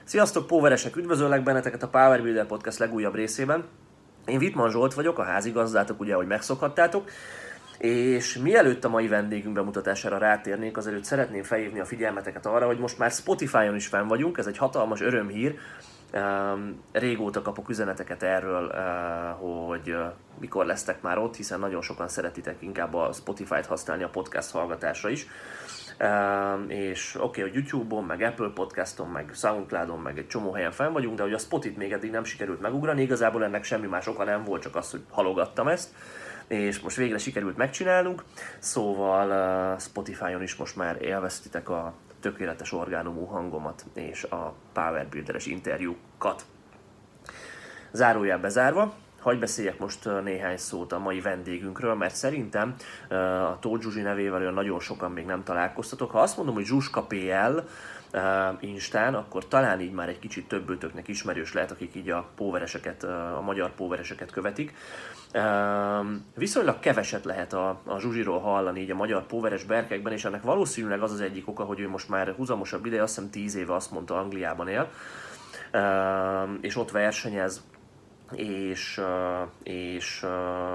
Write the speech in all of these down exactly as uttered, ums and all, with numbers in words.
Sziasztok, póveresek! Üdvözöllek benneteket a Power Builder Podcast legújabb részében. Én Wittmann Zsolt vagyok, a házigazdátok, ugye, ahogy megszokhattátok. És mielőtt a mai vendégünk bemutatására rátérnénk, azelőtt szeretném felhívni a figyelmeteket arra, hogy most már Spotify-on is fenn vagyunk, ez egy hatalmas örömhír. Régóta kapok üzeneteket erről, hogy mikor lesztek már ott, hiszen nagyon sokan szeretitek inkább a Spotify-t használni a podcast hallgatásra is. Uh, és oké, okay, hogy YouTube-on, meg Apple Podcaston, meg Soundcloudon, meg egy csomó helyen fenn vagyunk, de hogy a Spotit még eddig nem sikerült megugrani, igazából ennek semmi más oka nem volt, csak az, hogy halogattam ezt, és most végre sikerült megcsinálnunk, szóval uh, Spotify-on is most már élveztitek a tökéletes orgánumú hangomat és a Power Builder-es interjúkat. Zárójel bezárva. Hagy beszéljek most néhány szót a mai vendégünkről, mert szerintem a Tóth Zsuzsi nevével olyan nagyon sokan még nem találkoztatok. Ha azt mondom, hogy Zsuska pé el Instán, akkor talán így már egy kicsit többőtöknek ismerős lehet, akik így a póvereseket, a magyar póvereseket követik. Viszonylag keveset lehet a, a Zsuzsiról hallani így a magyar póveres berkekben, és ennek valószínűleg az az egyik oka, hogy ő most már húzamosabb ideje, azt hiszem tíz éve, azt mondta, Angliában él, és ott versenyez, és, és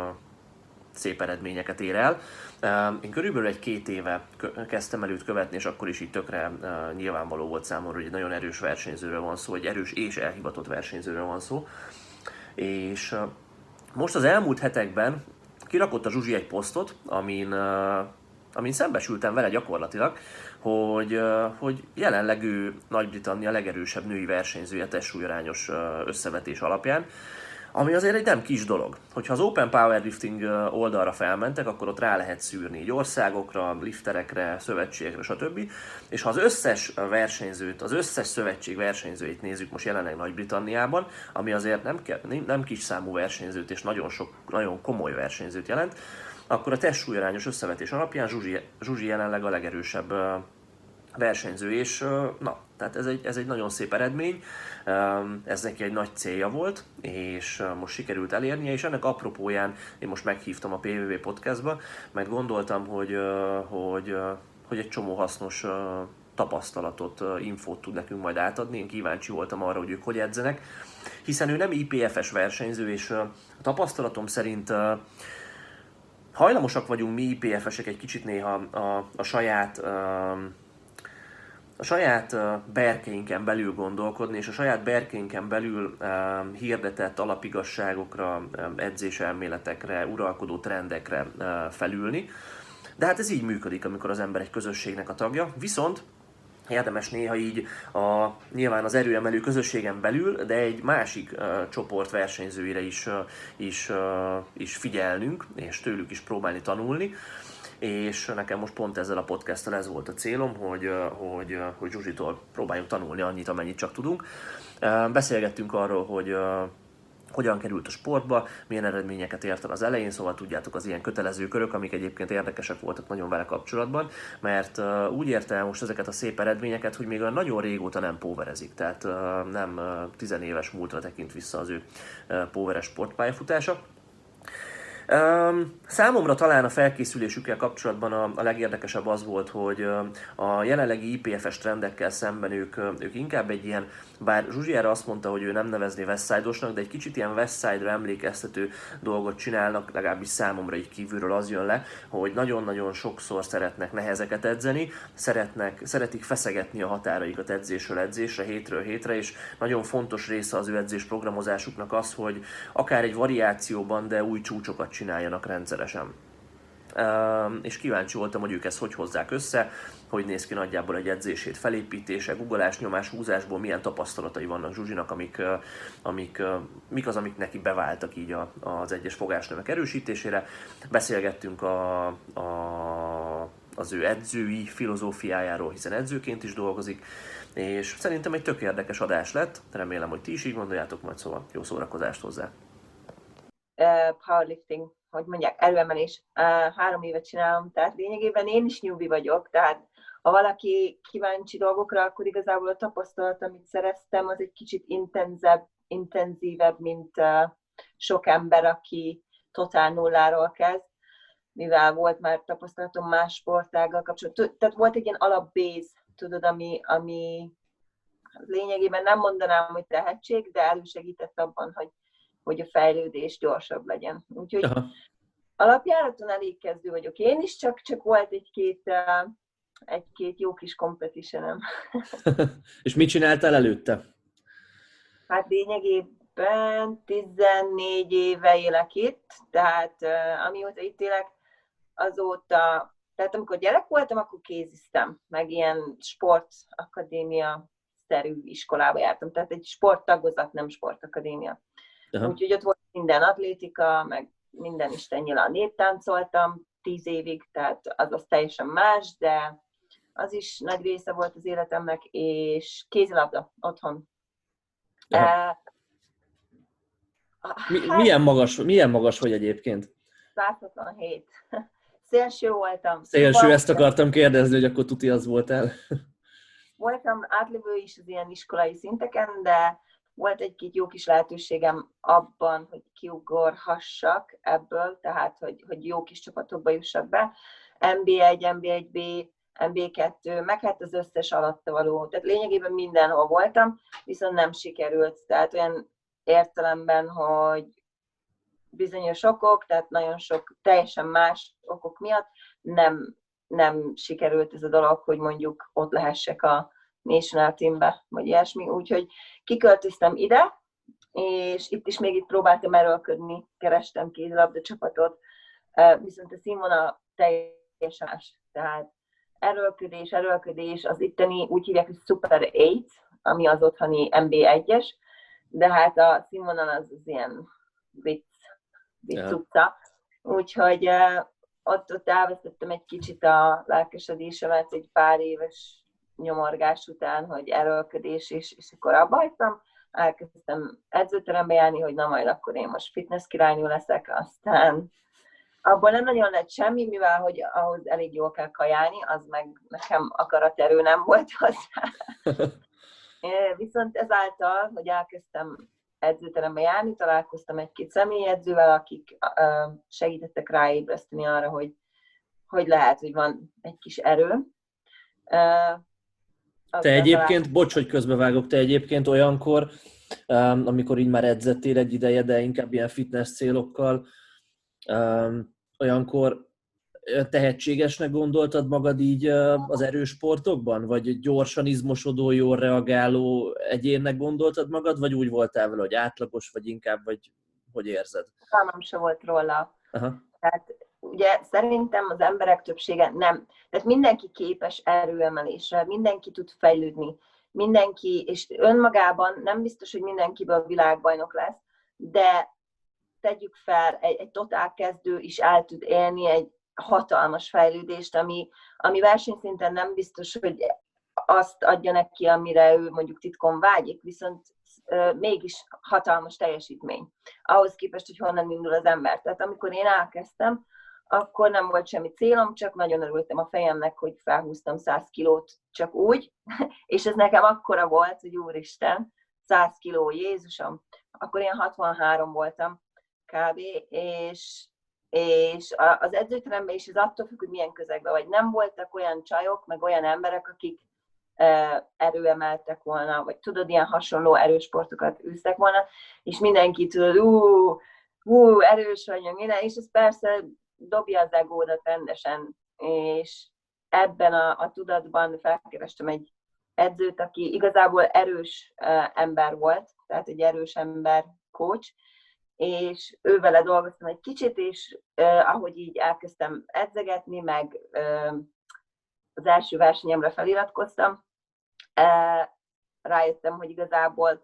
szép eredményeket ér el. Én körülbelül egy két éve kezdtem el őt követni, és akkor is így tökre nyilvánvaló volt számomra, hogy egy nagyon erős versenyzőről van szó, egy erős és elhivatott versenyzőről van szó. És most az elmúlt hetekben kirakott a Zsuzsi egy posztot, amin, amin szembesültem vele gyakorlatilag, hogy, hogy jelenleg ő Nagy-Britannia legerősebb női versenyzője testsúlyarányos összevetés alapján, ami azért egy nem kis dolog. Hogyha az Open Powerlifting oldalra felmentek, akkor ott rá lehet szűrni így országokra, lifterekre, szövetségekre, stb. És ha az összes versenyzőt, az összes szövetség versenyzőit nézzük most jelenleg Nagy-Britanniában, ami azért nem, nem kis számú versenyzőt és nagyon sok, nagyon komoly versenyzőt jelent, akkor a testsúlyarányos összevetés alapján Zsuzsi, Zsuzsi jelenleg a legerősebb versenyző, és na, tehát ez egy, ez egy nagyon szép eredmény, ez neki egy nagy célja volt, és most sikerült elérnie, és ennek apropóján én most meghívtam a pé vé vé Podcastba, mert gondoltam, hogy, hogy, hogy egy csomó hasznos tapasztalatot, infót tud nekünk majd átadni, én kíváncsi voltam arra, hogy ők hogy edzenek, hiszen ő nem i pé ef es versenyző, és a tapasztalatom szerint hajlamosak vagyunk mi i pé ef esek egy kicsit néha a, a saját a saját berkeinken belül gondolkodni, és a saját berkeinken belül hirdetett alapigasságokra, edzéselméletekre, uralkodó trendekre felülni. De hát ez így működik, amikor az ember egy közösségnek a tagja. Viszont érdemes néha így a, nyilván az erőemelő közösségen belül, de egy másik uh, csoport versenyzőire is, uh, is, uh, is figyelnünk, és tőlük is próbálni tanulni. És nekem most pont ezzel a podcasttel ez volt a célom, hogy, hogy, hogy Zsuzsitól próbáljunk tanulni annyit, amennyit csak tudunk. Beszélgettünk arról, hogy hogyan került a sportba, milyen eredményeket ért el az elején, szóval tudjátok, az ilyen kötelező körök, amik egyébként érdekesek voltak nagyon vele kapcsolatban, mert úgy érte el most ezeket a szép eredményeket, hogy még olyan nagyon régóta nem póverezik, tehát nem tizenéves múltra tekint vissza az ő póveres sportpályafutása. Um, számomra talán a felkészülésükkel kapcsolatban a, a legérdekesebb az volt, hogy uh, a jelenlegi i pé ef es trendekkel szemben ők, uh, ők inkább egy ilyen, bár Zsuzsi erre azt mondta, hogy ő nem nevezné Westside-osnak, de egy kicsit ilyen Westside-ra emlékeztető dolgot csinálnak, legalábbis számomra így kívülről az jön le, hogy nagyon-nagyon sokszor szeretnek nehezeket edzeni, szeretnek, szeretik feszegetni a határaikat edzésről edzésre, hétről hétre, és nagyon fontos része az ő edzés programozásuknak az, hogy akár egy variációban, de új csúcsokat csináljanak rendszeresen. Uh, és kíváncsi voltam, hogy ők ezt hogy hozzák össze, hogy néz ki nagyjából egy edzését felépítése, guggolás, nyomás, húzásból milyen tapasztalatai vannak Zsuzsinak, amik, uh, amik, uh, mik az, amik neki beváltak így a, az egyes fogásnövek erősítésére. Beszélgettünk a, a, az ő edzői filozófiájáról, hiszen edzőként is dolgozik, és szerintem egy tök érdekes adás lett, remélem, hogy ti is így gondoljátok, majd szóval jó szórakozást hozzá. Uh, powerlifting, hogy mondják, erőemelés. Uh, három évet csinálom, tehát lényegében én is newbie vagyok, tehát ha valaki kíváncsi dolgokra, akkor igazából a tapasztalat, amit szereztem, az egy kicsit intenzebb, intenzívebb, mint uh, sok ember, aki totál nulláról kezd, mivel volt már tapasztalatom más sportággal kapcsolatban. Tehát volt egy ilyen alap base, tudod, ami, ami lényegében nem mondanám, hogy tehetség, de elősegített abban, hogy, hogy a fejlődés gyorsabb legyen. Úgyhogy Aha. alapjáraton elég kezdő vagyok én is, csak, csak volt egy-két, egy-két jó kis competitionem. És mit csináltál előtte? Hát lényegében tizennégy éve élek itt, tehát amióta itt élek, azóta, tehát amikor gyerek voltam, akkor kéziztem, meg ilyen sportakadémia-szerű iskolába jártam, tehát egy sporttagozat, nem sportakadémia. Úgyhogy ott volt minden atlétika, meg minden istennyilán néptáncoltam tíz évig, tehát az az teljesen más, de az is nagy része volt az életemnek, és kézilabda otthon. Uh, Mi, hát, milyen, magas, milyen magas vagy egyébként? száz hatvanhét. Szélső voltam. Szélső, szóval, ezt akartam kérdezni, hogy akkor tuti az voltál. Voltam átlövő is az ilyen iskolai szinteken, de volt egy-két jó kis lehetőségem abban, hogy kiugorhassak ebből, tehát hogy, hogy jó kis csapatokba jussak be. en bé egy, en bé egy bé, en bé kettő, meg hát az összes alatta való. Tehát lényegében mindenhol voltam, viszont nem sikerült. Tehát olyan értelemben, hogy bizonyos okok, tehát nagyon sok teljesen más okok miatt nem, nem sikerült ez a dolog, hogy mondjuk ott lehessek a National Teambe, vagy ilyesmi. Úgyhogy kiköltöztem ide, és itt is még itt próbáltam erőlködni, kerestem kézilabda csapatot, viszont a színvonal teljesen más. Tehát erőlködés, erőlködés, az itteni úgy hívják, hogy Super nyolc, ami az otthoni en bé egyes, de hát a színvonal az, az ilyen vicc, vicc utca. Úgyhogy uh, ott, ott elvesztettem egy kicsit a lelkesedésemet egy pár éves nyomorgás után, hogy erőlködés, és, és akkor abba hagytam. Elkezdtem edzőterembe járni, hogy na majd akkor én most fitness királynő leszek, aztán abban nem nagyon lett semmi, mivel hogy ahhoz elég jól kell kajálni, az meg nekem akaraterő nem volt hozzá. Viszont ezáltal, hogy elkezdtem edzőterembe járni, találkoztam egy-két személyedzővel, akik segítettek ráébreszteni arra, hogy, hogy lehet, hogy van egy kis erő. Te egyébként, talál... bocs, hogy közbevágok, te egyébként olyankor, amikor így már edzettél egy ideje, de inkább ilyen fitness célokkal, olyankor tehetségesnek gondoltad magad így az erősportokban? Vagy gyorsan izmosodó, jól reagáló egyénnek gondoltad magad? Vagy úgy voltál vele, hogy átlagos, vagy inkább, vagy hogy érzed? Fogalmam se volt róla. Aha. Tehát ugye szerintem az emberek többsége nem. Tehát mindenki képes erőemelésre, mindenki tud fejlődni. Mindenki, és önmagában nem biztos, hogy mindenkiből világbajnok lesz, de tegyük fel, egy, egy totál kezdő is el tud élni egy hatalmas fejlődést, ami, ami versenyszinten nem biztos, hogy azt adja neki, amire ő mondjuk titkon vágyik, viszont euh, mégis hatalmas teljesítmény. Ahhoz képest, hogy honnan indul az ember. Tehát amikor én elkezdtem, akkor nem volt semmi célom, csak nagyon örültem a fejemnek, hogy felhúztam száz kilót csak úgy, és ez nekem akkora volt, hogy úristen, száz kiló, Jézusom, akkor én hatvanhárom voltam kb. és és az edzőteremben is ez attól függ, hogy milyen közegben vagy. Nem voltak olyan csajok, meg olyan emberek, akik erőemeltek volna, vagy tudod, ilyen hasonló erősportokat űztek volna, és mindenki tudod, ú, ú, erős vagyok, minden, és ez persze dobja az egódat rendesen, és ebben a, a tudatban felkerestem egy edzőt, aki igazából erős ember volt, tehát egy erős ember coach, és ővele dolgoztam egy kicsit, és eh, ahogy így elkezdtem edzegetni, meg eh, az első versenyemre feliratkoztam, eh, rájöttem, hogy igazából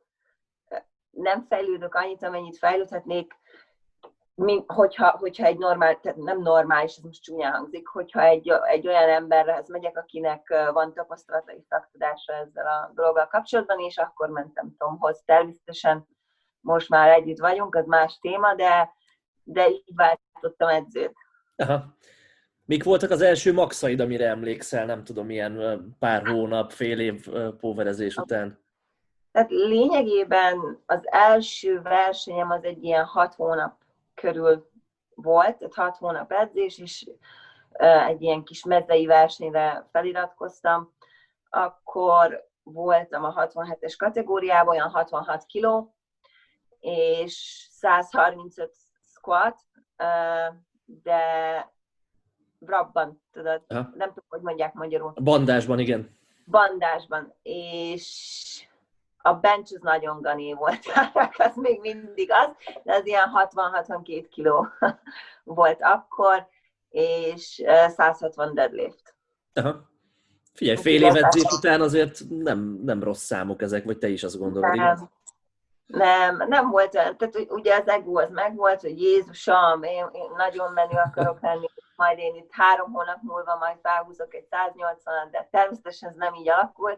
nem fejlődök annyit, amennyit fejlődhetnék, mint, hogyha, hogyha egy normál, tehát nem normális, ez most csúnyán hangzik, hogyha egy, egy olyan emberhez megyek, akinek van tapasztalata és szaktudása ezzel a dologgal kapcsolatban, és akkor mentem Tomhoz. Természetesen most már együtt vagyunk, az más téma, de, de így váltottam edzőt. Aha. Mik voltak az első maxaid, amire emlékszel, nem tudom, ilyen pár hónap, fél év póverezés után? Tehát lényegében az első versenyem az egy ilyen hat hónap körül volt, tehát hat hónap edzés, és egy ilyen kis mezei versenyre feliratkoztam. Akkor voltam a hatvanhetes kategóriában, olyan hatvanhat kiló, és százharmincöt squat, de wrapban, tudod, Aha. nem tudom, hogy mondják magyarul. Bandásban, igen. Bandásban, és a bench az nagyon gané volt, az még mindig az, de az ilyen hatvan-hatvankét kiló volt akkor, és százhatvan deadlift. Aha. Figyelj, fél év edzés után azért nem, nem rossz számok ezek, vagy te is azt gondolod, igaz? Nem, nem, nem volt, tehát ugye az ego az megvolt, hogy Jézusom, én, én nagyon menő akarok lenni, majd én itt három hónap múlva majd felhúzok egy száznyolcvanat, de természetesen ez nem így alakult.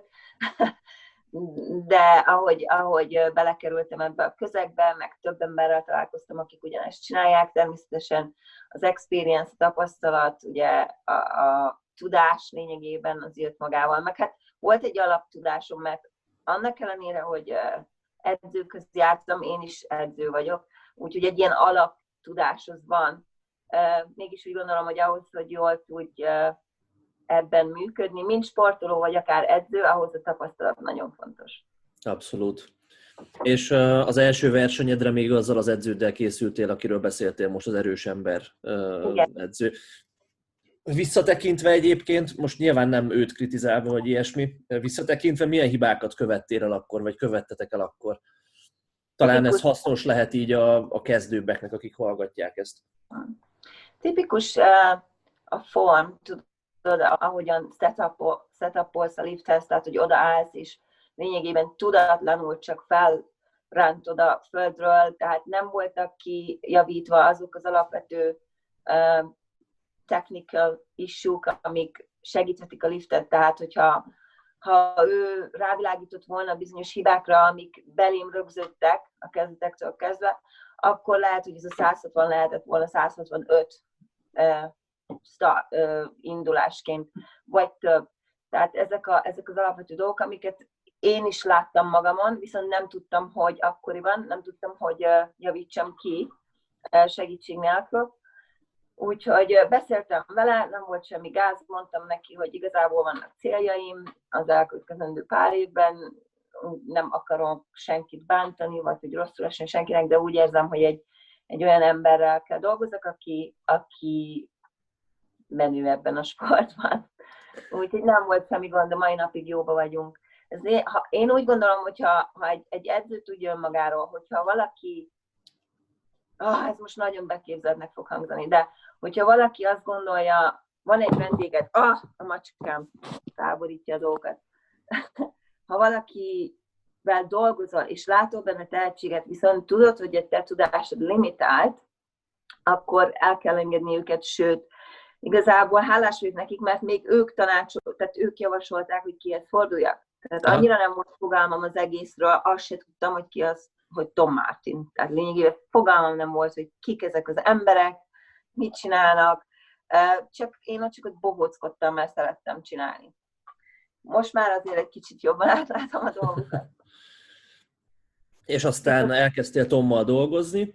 De ahogy, ahogy belekerültem ebbe a közegbe, meg több emberrel találkoztam, akik ugyanezt csinálják, természetesen az experience, a tapasztalat, ugye a, a tudás lényegében az jött magával. Meg hát volt egy alaptudásom, mert annak ellenére, hogy edzőköz jártam, én is edző vagyok, úgyhogy egy ilyen alaptudás az van. Mégis úgy gondolom, hogy ahhoz, hogy jól tudj ebben működni, mint sportoló, vagy akár edző, ahhoz a tapasztalat nagyon fontos. Abszolút. És az első versenyedre még azzal az edződdel készültél, akiről beszéltél most, az erős ember Igen. edző. Visszatekintve egyébként, most nyilván nem őt kritizálva, vagy ilyesmi, visszatekintve milyen hibákat követtél el akkor, vagy követtetek el akkor? Talán Tipikus, ez hasznos lehet így a, a kezdőbbeknek, akik hallgatják ezt. Tipikus uh, a form, tudod, ahogyan setupolsz a lifthez, tehát hogy odaállsz, és lényegében tudatlanul csak felrántod a földről, tehát nem voltak kijavítva azok az alapvető uh, technical issue-k, amik segíthetik a liftet, tehát hogyha ha ő rávilágított volna bizonyos hibákra, amik belém rögzöttek a kezdetektől kezdve, akkor lehet, hogy ez a százhatvan lehetett volna százhatvanöt uh, start, uh, indulásként, vagy több. Tehát ezek, a, ezek az alapvető dolgok, amiket én is láttam magamon, viszont nem tudtam, hogy akkoriban, nem tudtam, hogy uh, javítsam ki uh, segítség nélkül. Úgyhogy beszéltem vele, nem volt semmi gáz, mondtam neki, hogy igazából vannak céljaim az elkövetkezendő pár évben, nem akarom senkit bántani, vagy hogy rosszul essen senkinek, de úgy érzem, hogy egy, egy olyan emberrel kell dolgozok, aki, aki menő ebben a sportban. Úgyhogy nem volt semmi gond, de mai napig jóba vagyunk. Ez én, ha, én úgy gondolom, hogyha ha egy, egy edző tudja önmagáról, hogyha valaki, ah, ez most nagyon beképzeltnek fog hangzani, de hogyha valaki azt gondolja, van egy vendéged, ah, a macskám táborítja a dolgokat. Ha valakivel dolgozol, és látod benne tehetséget, viszont tudod, hogy a te tudásod limitált, akkor el kell engedni őket, sőt, igazából hálás vagyok nekik, mert még ők tanácsolták, tehát ők javasolták, hogy kihez forduljak. Tehát annyira nem volt fogalmam az egészről, azt se tudtam, hogy ki az, hogy Tom Martin. Tehát lényegében fogalmam nem volt, hogy kik ezek az emberek, mit csinálnak, csak én ott csak ott bohóckodtam, mert szerettem csinálni. Most már azért egy kicsit jobban átlátom a dolgokat. És aztán elkezdtél Tommal dolgozni,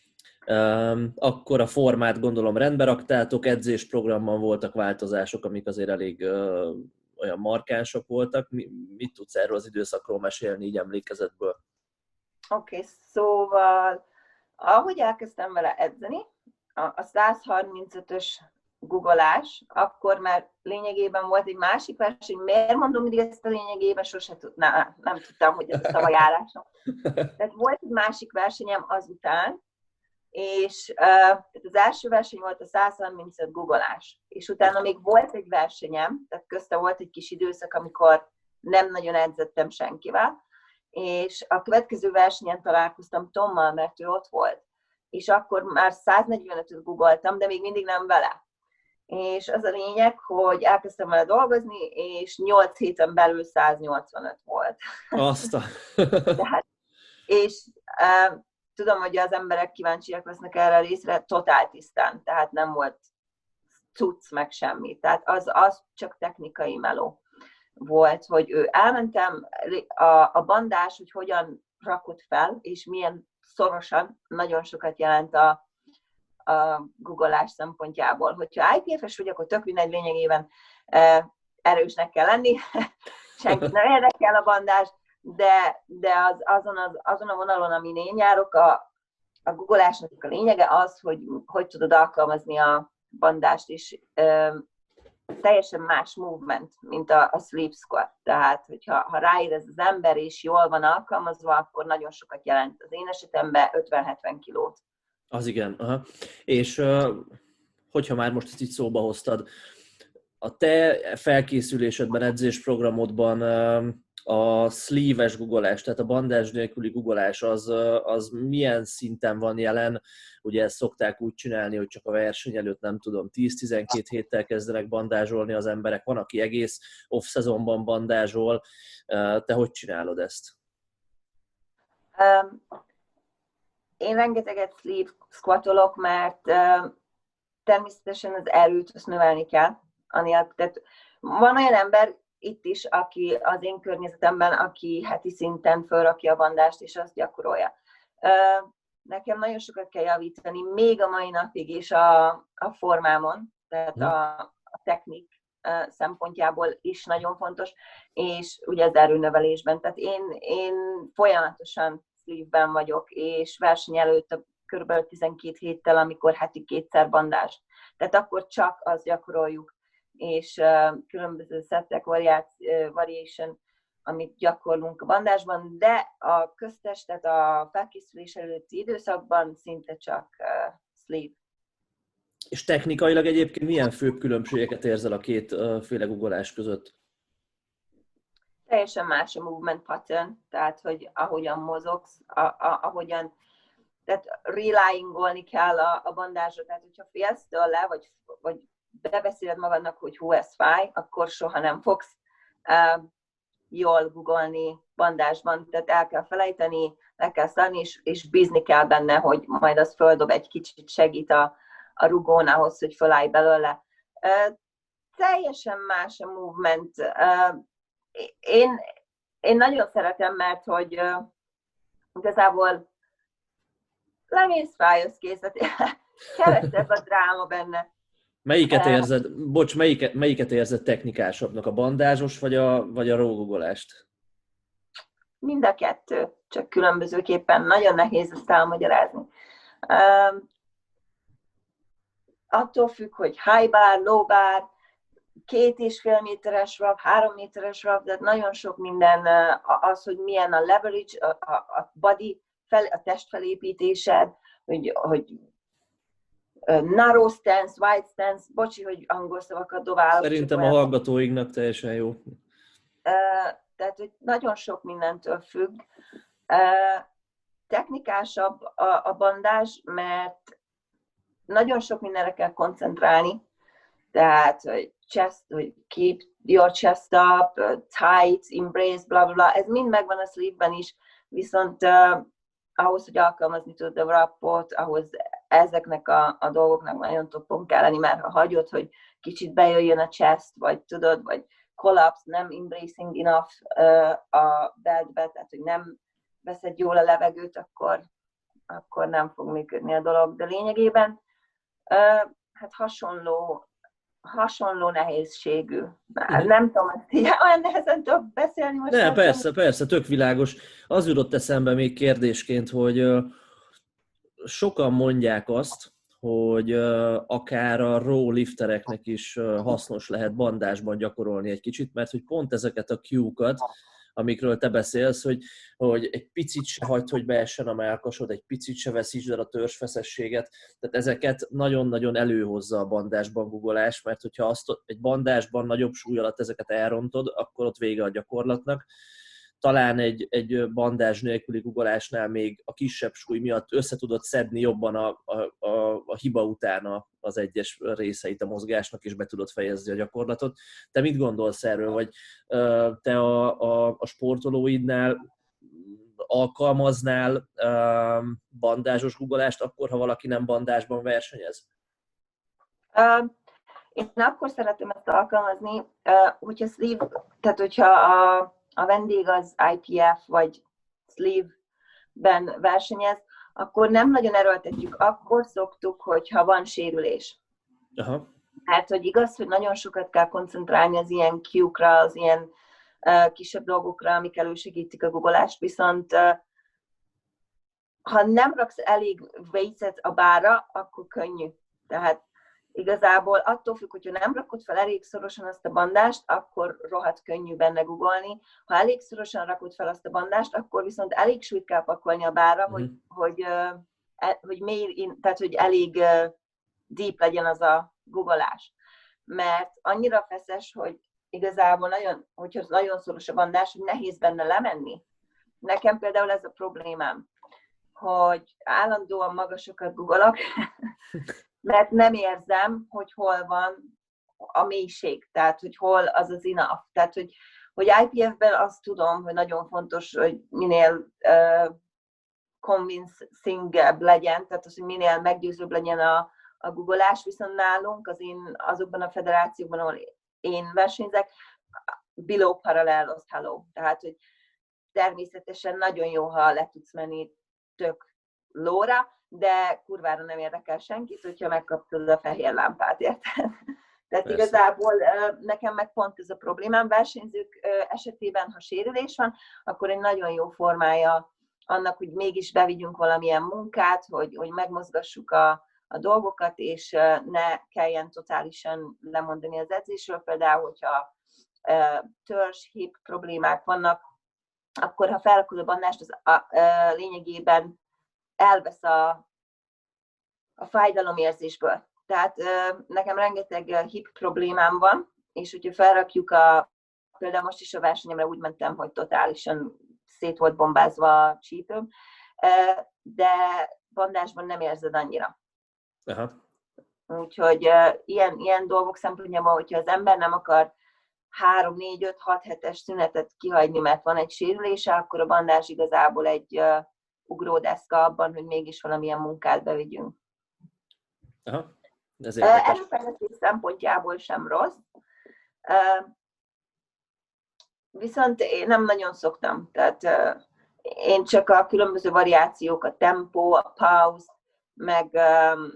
akkor a formát gondolom rendbe raktátok, edzésprogramban voltak változások, amik azért elég olyan markánsok voltak. Mit tudsz erről az időszakról mesélni így emlékezetből? Oké, okay, szóval ahogy elkezdtem vele edzeni, a százharmincötös googolás, akkor már lényegében volt egy másik verseny, miért mondom mindig ezt a lényegében, sose tudnám, nem tudtam, hogy ez a szavajárásom. Tehát volt egy másik versenyem azután, és uh, az első verseny volt a százharmincöt googolás, és utána még volt egy versenyem, tehát közte volt egy kis időszak, amikor nem nagyon edzettem senkivel, és a következő versenyen találkoztam Tommal, mert ő ott volt. És akkor már száznegyvenötöt googoltam, de még mindig nem vele. És az a lényeg, hogy elkezdtem vele dolgozni, és nyolc héten belül száznyolcvanöt volt. Azt a... Tehát, és uh, tudom, hogy az emberek kíváncsiak lesznek erre a részre, totál tisztán, tehát nem volt cucc meg semmi. Tehát az, az csak technikai meló volt, hogy ő elmentem, a, a bandás, hogy hogyan rakott fel, és milyen szorosan, nagyon sokat jelent a, a googolás szempontjából. Hogyha i pé ef-es vagy, akkor tök mindegy, lényegében e, erősnek kell lenni, senkit nem érdekel a bandás, de, de az, azon, az, azon a vonalon, amin én járok, a, a googolásnak a lényege az, hogy hogy tudod alkalmazni a bandást, és ö, teljesen más movement, mint a, a sleep squat. Tehát, hogyha ha ráérez az ember, és jól van alkalmazva, akkor nagyon sokat jelent. Az én esetemben ötven-hetven kilót. Az igen. Aha. És uh, hogyha már most ezt így szóba hoztad, a te felkészülésedben, edzésprogramodban uh, a sleeve-es guggolás, tehát a bandázs nélküli guggolás, az, az milyen szinten van jelen? Ugye ezt szokták úgy csinálni, hogy csak a verseny előtt, nem tudom, tíz-tizenkét héttel kezdenek bandázsolni az emberek. Van, aki egész off-szezonban bandázsol. Te hogy csinálod ezt? Um, én rengeteget sleeve squatolok, mert uh, természetesen az erőt azt növelni kell. Aniatt, tehát van olyan ember itt is, aki az én környezetemben, aki heti szinten fölrakja a bandást, és azt gyakorolja. Nekem nagyon sokat kell javítani, még a mai napig is a, a formámon, tehát a, a technik szempontjából is nagyon fontos, és ugye az erőnövelésben. Tehát én, én folyamatosan sleeve-ben vagyok, és verseny előtt a kb. tizenkét héttel, amikor heti kétszer bandás. Tehát akkor csak azt gyakoroljuk, és uh, különböző szettek, variation, amit gyakorlunk a bandásban, de a köztes, tehát a felkészülés előtti időszakban szinte csak uh, sleeve. És technikailag egyébként milyen főbb különbségeket érzel a két uh, féle guggolás között? Teljesen más a movement pattern, tehát hogy ahogyan mozogsz, a, a, ahogyan, tehát relyingolni kell a, a bandázsra, tehát hogyha félsz tőle, vagy, vagy bebeszéled magadnak, hogy hú, ez fáj, akkor soha nem fogsz uh, jól googolni bandásban, tehát el kell felejteni, le kell szállni, és, és bízni kell benne, hogy majd az földob egy kicsit, segít a, a rugón ahhoz, hogy fölállj belőle. Uh, teljesen más a movement. Uh, én, én nagyon szeretem, mert hogy uh, igazából lemész, fájsz, kész, kevesebb a dráma benne. Melyiket érzed, bocs, melyiket, melyiket érzed technikásabbnak, a bandázsos vagy a, vagy a rógugolást? Mind a kettő, csak különbözőképpen. Nagyon nehéz ezt elmagyarázni. Um, attól függ, hogy high bar, low bar, két és fél méteres rab, három méteres rab, de nagyon sok minden az, hogy milyen a leverage, a, a, a body, fel, a testfelépítésed, hogy, hogy narrow stance, wide stance, bocsi, hogy angol szavakat dobálok. Szerintem a hallgatóinknak teljesen jó. Uh, tehát, hogy nagyon sok mindentől függ. Uh, technikásabb a, a bandázs, mert nagyon sok mindenre kell koncentrálni. Tehát, hogy chest, hogy keep your chest up, tight, embrace, bla bla bla. Ez mind megvan a sleeve-ben is, viszont uh, ahhoz, hogy alkalmazni tudod a wrapot, ahhoz ezeknek a, a dolgoknak nagyon toppon kell lenni, mert ha hagyod, hogy kicsit bejöjjön a chest, vagy tudod, vagy collapse, nem embracing enough uh, a beltbe, tehát hogy nem veszed jól a levegőt, akkor, akkor nem fog működni a dolog. De lényegében uh, hát hasonló, hasonló nehézségű. Uh-huh. Nem tudom, hogy olyan nehezen tudok beszélni most. Ne, persze, tudom. persze, tök világos. Az jutott eszembe még kérdésként, hogy uh, sokan mondják azt, hogy uh, akár a row liftereknek is uh, hasznos lehet bandásban gyakorolni egy kicsit, mert hogy pont ezeket a cue-kat, amikről te beszélsz, hogy, hogy egy picit se hagyd, hogy beessen a mellkasod, egy picit se veszítsd el a törzsfeszességet, tehát ezeket nagyon-nagyon előhozza a bandásban guggolás, mert hogyha azt egy bandásban nagyobb súly alatt ezeket elrontod, akkor ott vége a gyakorlatnak. Talán egy, egy bandázs nélküli guggolásnál még a kisebb súly miatt össze tudod szedni jobban a, a, a, a hiba után az egyes részeit a mozgásnak, és be tudod fejezni a gyakorlatot. Te mit gondolsz erről, vagy te a, a, a sportolóidnál alkalmaznál bandázsos guggolást akkor, ha valaki nem bandásban versenyez? Uh, én akkor szeretem ezt alkalmazni, uh, hogyha sleeve, tehát hogyha a a vendég az I P F vagy sleeve-ben versenyez, akkor nem nagyon erőltetjük, akkor szoktuk, hogyha van sérülés. Aha. Hát, hogy igaz, hogy nagyon sokat kell koncentrálni az ilyen cue-kra, az ilyen kisebb dolgokra, amik elősegítik a guggolást, viszont ha nem raksz elég weightet a bárra, akkor könnyű. Tehát igazából attól függ, hogyha nem rakod fel elég szorosan azt a bandást, akkor rohadt könnyű benne googolni. Ha elég szorosan rakod fel azt a bandást, akkor viszont elég súlyt kell pakolni a bárra, mm. hogy, hogy, hogy, mély, tehát, hogy elég deep legyen az a googolás. Mert annyira feszes, hogy igazából nagyon, hogyha nagyon szoros a bandás, hogy nehéz benne lemenni. Nekem például ez a problémám, hogy állandóan magasokat googolok, mert nem érzem, hogy hol van a mélység, tehát hogy hol az az enough. Tehát, hogy, hogy I P F-ben azt tudom, hogy nagyon fontos, hogy minél uh, convincing-ebb legyen, tehát az, hogy minél meggyőzőbb legyen a, a googolás, viszont nálunk, az én, azokban a federációkban, ahol én versenyzek, below parallel az hello. Tehát, hogy természetesen nagyon jó, ha le tudsz menni tök lóra, de kurvára nem érdekel senkit, hogyha megkaptad a fehér lámpát, érted? Tehát persze. Igazából nekem meg pont ez a problémám. Versenyzők esetében, ha sérülés van, akkor egy nagyon jó formája annak, hogy mégis bevigyünk valamilyen munkát, hogy, hogy megmozgassuk a, a dolgokat, és ne kelljen totálisan lemondani az edzésről. Például, hogyha törzs, hip problémák vannak, akkor ha felrakod a bandást, az a, a, lényegében elvesz a, a fájdalomérzésből. Tehát nekem rengeteg hip problémám van, és hogyha felrakjuk a, például most is a versenyemre úgy mentem, hogy totálisan szét volt bombázva a csípőm, de bandásban nem érzed annyira. Aha. Úgyhogy ilyen, ilyen dolgok szempontjából, hogyha az ember nem akar három, négy, öt, hat hetes szünetet kihagyni, mert van egy sérülése, akkor a bandás igazából egy uh, ugródeszka abban, hogy mégis valamilyen munkát bevigyünk. Aha, ez érdekes. Uh, Előfejlesztés szempontjából sem rossz. Uh, viszont én nem nagyon szoktam. Tehát uh, én csak a különböző variációk, a tempó, a pause, meg um,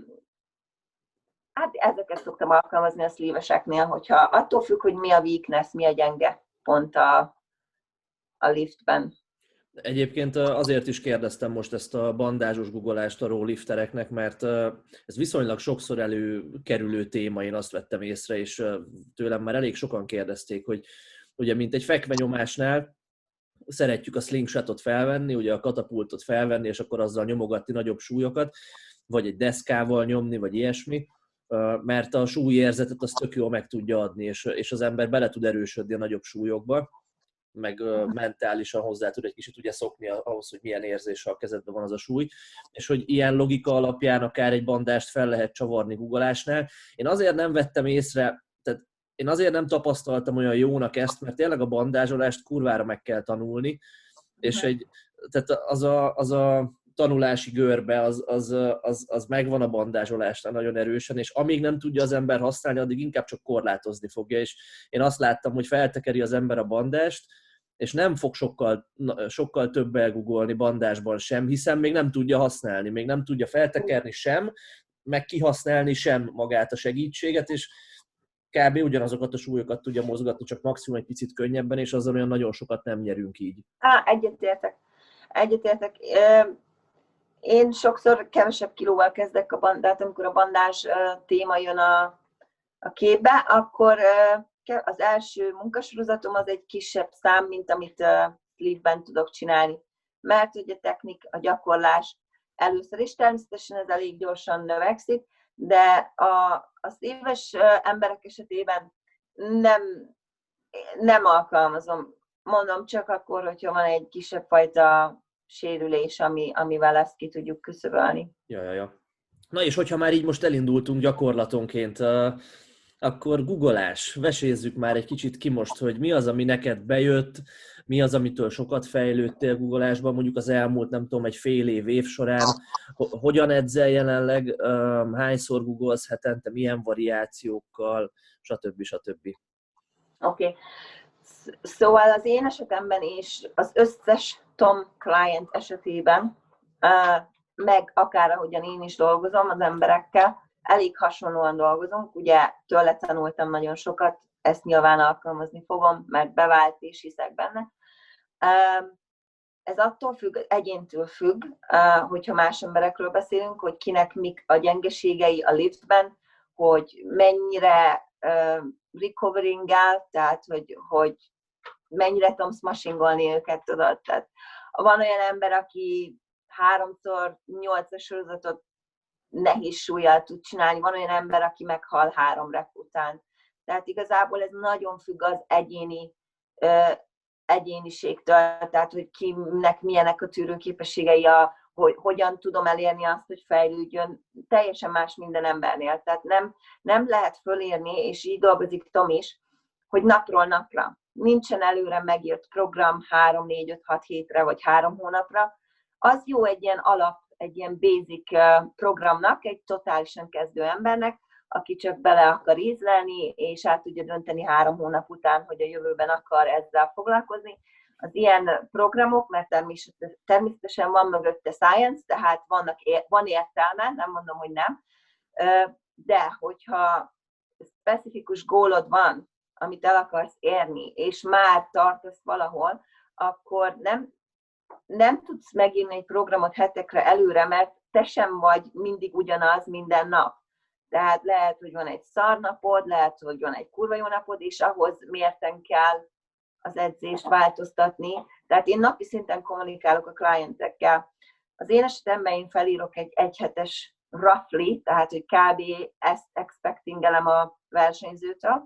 hát ezeket szoktam alkalmazni a szlíveseknél, hogyha attól függ, hogy mi a weakness, mi a gyenge pont a, a liftben. Egyébként azért is kérdeztem most ezt a bandázsos guggolást a róliftereknek, mert ez viszonylag sokszor előkerülő téma, én azt vettem észre, és tőlem már elég sokan kérdezték, hogy ugye mint egy fekvenyomásnál szeretjük a slingshotot felvenni, ugye a katapultot felvenni, és akkor azzal nyomogatni nagyobb súlyokat, vagy egy deszkával nyomni, vagy ilyesmi, mert a súlyérzetet az tök jól meg tudja adni, és, és az ember bele tud erősödni a nagyobb súlyokba, meg mentálisan hozzá tud egy kicsit ugye szokni ahhoz, hogy milyen érzés, ha a kezedben van az a súly, és hogy ilyen logika alapján akár egy bandást fel lehet csavarni guggolásnál. Én azért nem vettem észre, tehát én azért nem tapasztaltam olyan jónak ezt, mert tényleg a bandázsolást kurvára meg kell tanulni, és egy, tehát az a, az a tanulási görbe, az, az, az, az megvan a bandázsolásnál nagyon erősen, és amíg nem tudja az ember használni, addig inkább csak korlátozni fogja, és én azt láttam, hogy feltekeri az ember a bandást, és nem fog sokkal, sokkal többel googolni bandásban sem, hiszen még nem tudja használni, még nem tudja feltekerni sem, meg kihasználni sem magát a segítséget, és kb. Ugyanazokat a súlyokat tudja mozgatni, csak maximum egy picit könnyebben, és azzal olyan nagyon sokat nem nyerünk így. Á, egyetértek. Egyetértek. Én sokszor kevesebb kilóval kezdek a bandát, amikor a bandás téma jön a, a képbe, akkor az első munkasorozatom az egy kisebb szám, mint amit sleeve-ben tudok csinálni. Mert hogy a technik, a gyakorlás először is természetesen ez elég gyorsan növekszik, de a, az éves emberek esetében nem, nem alkalmazom. Mondom, csak akkor, hogyha van egy kisebb fajta sérülés, ami, amivel ezt ki tudjuk küszöbölni. Ja, ja, ja. Na és hogyha már így most elindultunk gyakorlatonként, akkor guggolás. Vesézzük már egy kicsit ki most, hogy mi az, ami neked bejött, mi az, amitől sokat fejlődtél guggolásban, mondjuk az elmúlt, nem tudom, egy fél év, év során. Hogyan edzel jelenleg, hányszor guggolsz hetente, milyen variációkkal, stb. stb. Oké. Okay. Szóval az én esetemben is az összes Tom client esetében, meg akár ahogyan én is dolgozom az emberekkel, elég hasonlóan dolgozunk. Ugye tőle tanultam nagyon sokat, ezt nyilván alkalmazni fogom, mert bevált és hiszek benne. Ez attól függ, egyéntől függ, hogyha más emberekről beszélünk, hogy kinek mik a gyengeségei a liftben, hogy mennyire recovering-el, tehát hogy, hogy mennyire tudom smashingolni őket, tudod. Tehát van olyan ember, aki háromszor nyolcas sorozatot nehéz súlyjal tud csinálni, van olyan ember, aki meghal három rep után. Tehát igazából ez nagyon függ az egyéni egyéniségtől, tehát hogy kinek milyenek a tűrőképességei, a, hogy hogyan tudom elérni azt, hogy fejlődjön, teljesen más minden embernél. Tehát nem, nem lehet fölírni, és így dolgozik Tom is, hogy napról napra. Nincsen előre megírt program három, négy, öt, hat hétre, vagy három hónapra. Az jó egy ilyen alap, egy ilyen basic programnak, egy totálisan kezdő embernek, aki csak bele akar ízlelni, és át tudja dönteni három hónap után, hogy a jövőben akar ezzel foglalkozni. Az ilyen programok, mert természetesen van mögötte science, tehát vannak, van értelme, nem mondom, hogy nem, de hogyha specifikus gólod van, amit el akarsz érni, és már tartasz valahol, akkor nem, nem tudsz megírni egy programot hetekre előre, mert te sem vagy mindig ugyanaz minden nap. Tehát lehet, hogy van egy szar napod, lehet, hogy van egy kurva jó napod, és ahhoz mérten kell az edzést változtatni. Tehát én napi szinten kommunikálok a klientekkel. Az én esetemben én felírok egy egyhetes roughly, tehát hogy kb. Ezt expectingelem a versenyzőtől,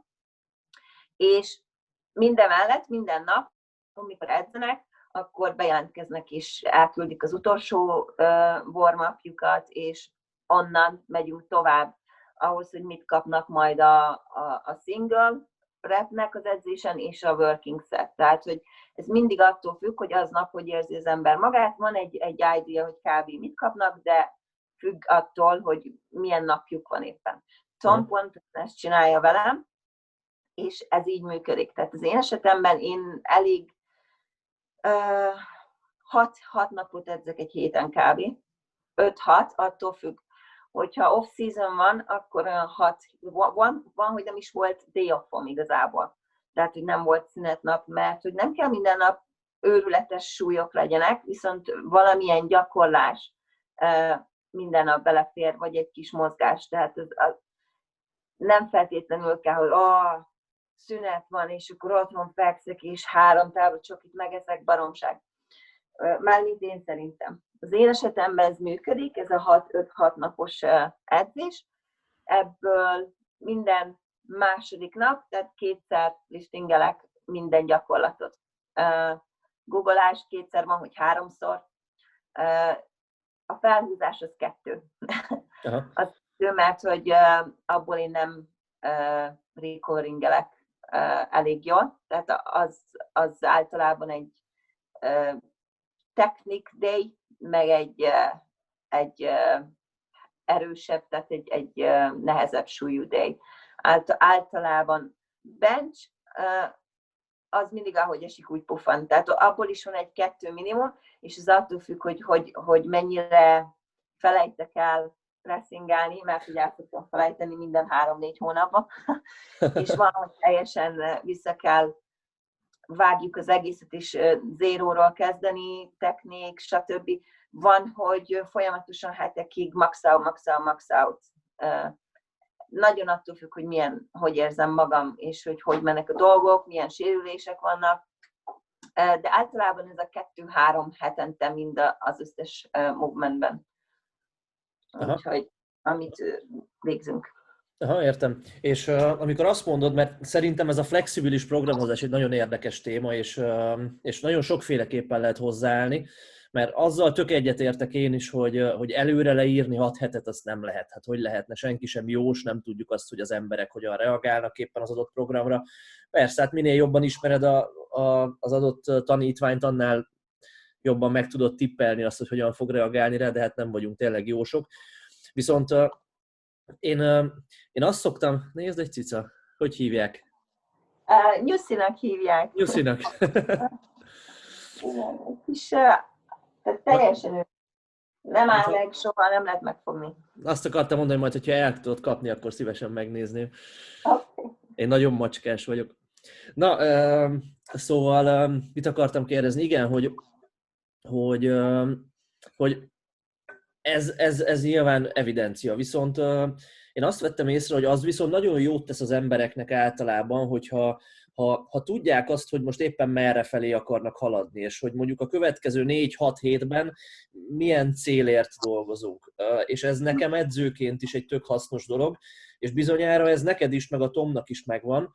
és minden mellett, minden nap, amikor edzenek, akkor bejelentkeznek és elküldik az utolsó uh, warm-upjukat, és onnan megyünk tovább ahhoz, hogy mit kapnak majd a, a, a single repnek az edzésen, és a working set. Tehát, hogy ez mindig attól függ, hogy aznap, hogy érzi az ember magát. Van egy, egy idea, hogy kb. Mit kapnak, de függ attól, hogy milyen napjuk van éppen. Tom pont ezt csinálja velem, és ez így működik. Tehát az én esetemben én elég uh, hat, hat napot edzek egy héten kb. öt-hat, attól függ. Hogyha off-season van, akkor olyan hat, van, van, hogy nem is volt day off-om igazából. Tehát, hogy nem volt szünetnap, mert hogy nem kell minden nap őrületes súlyok legyenek, viszont valamilyen gyakorlás minden nap belefér, vagy egy kis mozgás. Tehát az, az nem feltétlenül kell, hogy oh, szünet van, és akkor otthon fekszek, és három távol csokit megeszek, baromság. Mármint én szerintem. Az én esetemben ez működik, ez a hat-öt-hat napos edzés. Ebből minden második nap, tehát kétszer listingelek minden gyakorlatot. Googolás kétszer van, hogy háromszor. A felhúzás az kettő. Aha. Az kettő, mert hogy abból én nem recordingelek elég jól. Tehát az, az általában egy technique day, meg egy, egy erősebb, tehát egy, egy nehezebb súlyú day. Általában bench, az mindig ahogy esik, úgy pufan. Tehát abból is van egy-kettő minimum, és az attól függ, hogy, hogy, hogy mennyire felejtek el pressingelni, mert ugye el szoktam felejteni minden három-négy hónapban, és van, hogy teljesen vissza kell vágjuk az egészet is zéróról kezdeni, technik, stb. Van, hogy folyamatosan hetekig max out, max out, max out. Nagyon attól függ, hogy milyen, hogy érzem magam, és hogy hogy mennek a dolgok, milyen sérülések vannak. De általában ez a kettő-három hetente mind az összes movementben. Úgyhogy amit végzünk. Aha, értem. És uh, amikor azt mondod, mert szerintem ez a flexibilis programozás egy nagyon érdekes téma, és, uh, és nagyon sokféleképpen lehet hozzáállni, mert azzal tök egyetértek én is, hogy, uh, hogy előre leírni hat hetet, azt nem lehet. Hát hogy lehetne? Senki sem jós, nem tudjuk azt, hogy az emberek hogyan reagálnak éppen az adott programra. Persze, hát minél jobban ismered a, a, az adott tanítványt, annál jobban meg tudod tippelni azt, hogy hogyan fog reagálni rá, de hát nem vagyunk tényleg jósok. Viszont uh, Én, én azt szoktam, nézd egy cica, hogy hívják? Uh, Nyuszinak hívják. Nyuszinak. És uh, teljesen ő. Nem áll meg, soha nem lehet megfogni. Azt akartam mondani, majd, hogyha el tudod kapni, akkor szívesen megnézném. Okay. Én nagyon macskás vagyok. Na, szóval mit akartam kérdezni? Igen, hogy, hogy, hogy ez, ez, ez nyilván evidencia. Viszont én azt vettem észre, hogy az viszont nagyon jót tesz az embereknek általában, hogyha ha, ha tudják azt, hogy most éppen merre felé akarnak haladni, és hogy mondjuk a következő négy-hat hétben milyen célért dolgozunk. És ez nekem edzőként is egy tök hasznos dolog, és bizonyára ez neked is, meg a Tomnak is megvan.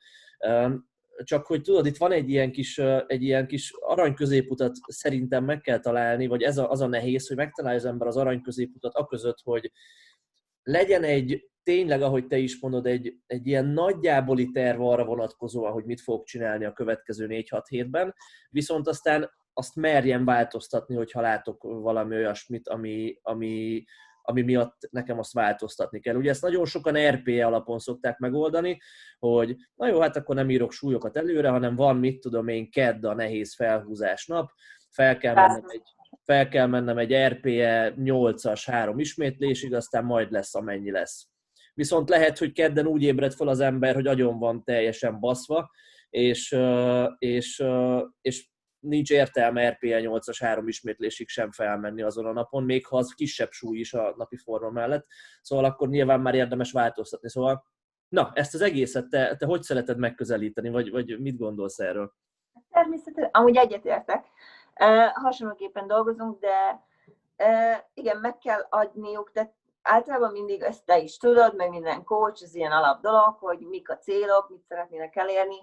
Csak hogy tudod, itt van egy ilyen kis, egy ilyen kis arany középutat szerintem meg kell találni, vagy ez a, az a nehéz, hogy megtalálja az ember az arany középutat aközött, hogy legyen egy, tényleg, ahogy te is mondod, egy, egy ilyen nagyjáboli terv arra vonatkozóan, hogy mit fog csinálni a következő négy-hat hétben, viszont aztán azt merjen változtatni, hogyha látok valami olyasmit, ami, ami, ami miatt nekem azt változtatni kell. Ugye ezt nagyon sokan er pé alapon szokták megoldani, hogy na jó, hát akkor nem írok súlyokat előre, hanem van, mit tudom én, kedd a nehéz felhúzás nap, fel kell mennem egy, fel kell mennem egy er pé e nyolcas három ismétlésig, aztán majd lesz, amennyi lesz. Viszont lehet, hogy kedden úgy ébred fel az ember, hogy agyon van teljesen baszva, és, és, és nincs értelme er pé e nyolcas három ismétlésig sem felmenni azon a napon, még ha az kisebb súly is a napi forma mellett. Szóval akkor nyilván már érdemes változtatni. Szóval, na, ezt az egészet te, te hogy szereted megközelíteni, vagy, vagy mit gondolsz erről? Természetesen, amúgy egyetértek. Uh, hasonlóképpen dolgozunk, de uh, igen, meg kell adniuk, de általában mindig ezt te is tudod, meg minden coach, ez ilyen alap dolog, hogy mik a célok, mit szeretnének elérni,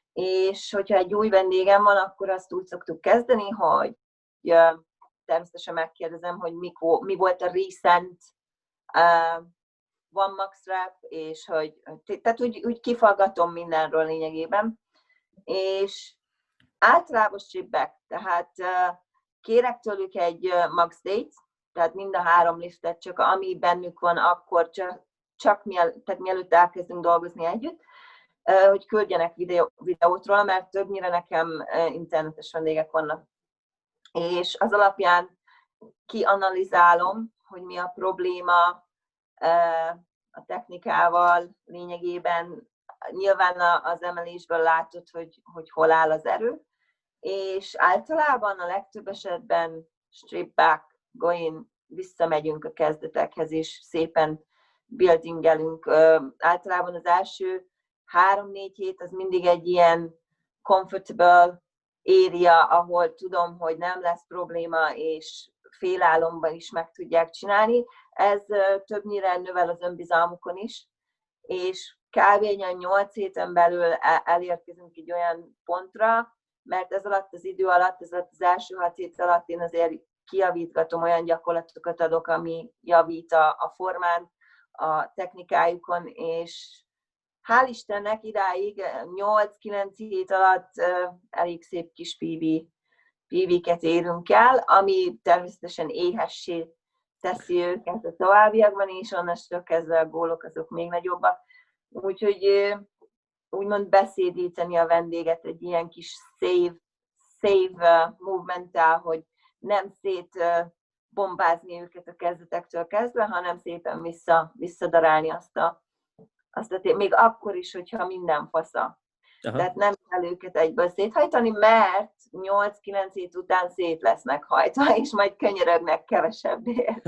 és hogyha egy új vendégem van, akkor azt úgy szoktuk kezdeni, hogy uh, természetesen megkérdezem, hogy mik, mi volt a recent uh, one max rep, és hogy, tehát úgy, úgy kifaggatom mindenről lényegében, és általában strip-back, tehát uh, kérek tőlük egy uh, max date, tehát mind a három liftet, csak ami bennük van, akkor csak, csak miel, tehát mielőtt elkezdünk dolgozni együtt, uh, hogy küldjenek videó, videót róla, mert többnyire nekem uh, internetes vendégek vannak. És az alapján kianalizálom, hogy mi a probléma uh, a technikával lényegében. Nyilván az emelésből látod, hogy, hogy hol áll az erő, és általában a legtöbb esetben strip back, going, visszamegyünk a kezdetekhez, és szépen buildingelünk. Általában az első három-négy hét az mindig egy ilyen comfortable area, ahol tudom, hogy nem lesz probléma, és félálomban is meg tudják csinálni. Ez többnyire növel az önbizalmukon is, és kb. nyolc héten belül elérkezünk egy olyan pontra, mert ez alatt az idő alatt, ez alatt az első hat hét alatt én azért kijavítgatom, olyan gyakorlatokat adok, ami javít a, a formán, a technikájukon, és hál' Istennek idáig nyolc-kilenc hét alatt elég szép kis pé vé, pé vé-ket érünk el, ami természetesen éhessé teszi őket a továbbiakban, és onnastól kezdve a gólok azok még nagyobbak. Úgyhogy úgymond beszédíteni a vendéget egy ilyen kis save, save movementtel, hogy nem szét bombázni őket a kezdetektől kezdve, hanem szépen vissza, visszadarálni azt a, azt a té- még akkor is, hogyha minden fasza. Aha. Tehát nem kell őket egyből széthajtani, mert nyolc-kilenc hét után szét lesznek hajtva, és majd könyörögnek kevesebbért.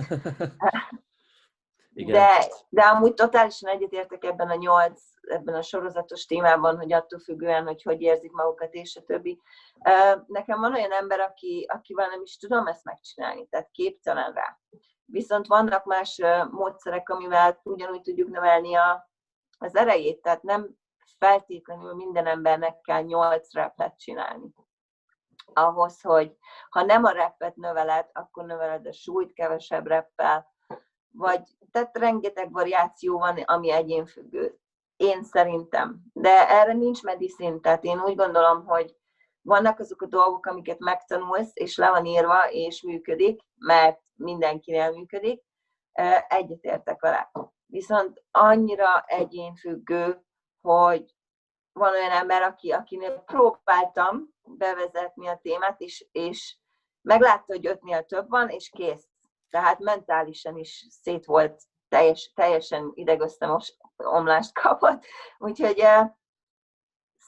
Igen. De, de amúgy totálisan egyetértek ebben a nyolc, ebben a sorozatos témában, hogy attól függően, hogy hogy érzik magukat, és a többi. Nekem van olyan ember, aki, akivel nem is tudom ezt megcsinálni, tehát képtelen rá. Viszont vannak más módszerek, amivel ugyanúgy tudjuk növelni a, az erejét, tehát nem feltétlenül minden embernek kell nyolc repet csinálni. Ahhoz, hogy ha nem a repet növeled, akkor növeled a súlyt kevesebb reppel, vagy, tehát rengeteg variáció van, ami egyénfüggő. Én szerintem. De erre nincs medicine, tehát én úgy gondolom, hogy vannak azok a dolgok, amiket megtanulsz, és le van írva, és működik, mert mindenkinél működik. Egyetértek vele. Viszont annyira egyénfüggő, hogy van olyan ember, aki, akinél próbáltam bevezetni a témát, és, és meglátta, hogy ötnél több van, és kész. Tehát mentálisan is szét volt, teljes, teljesen idegösszemomlást kapott. Úgyhogy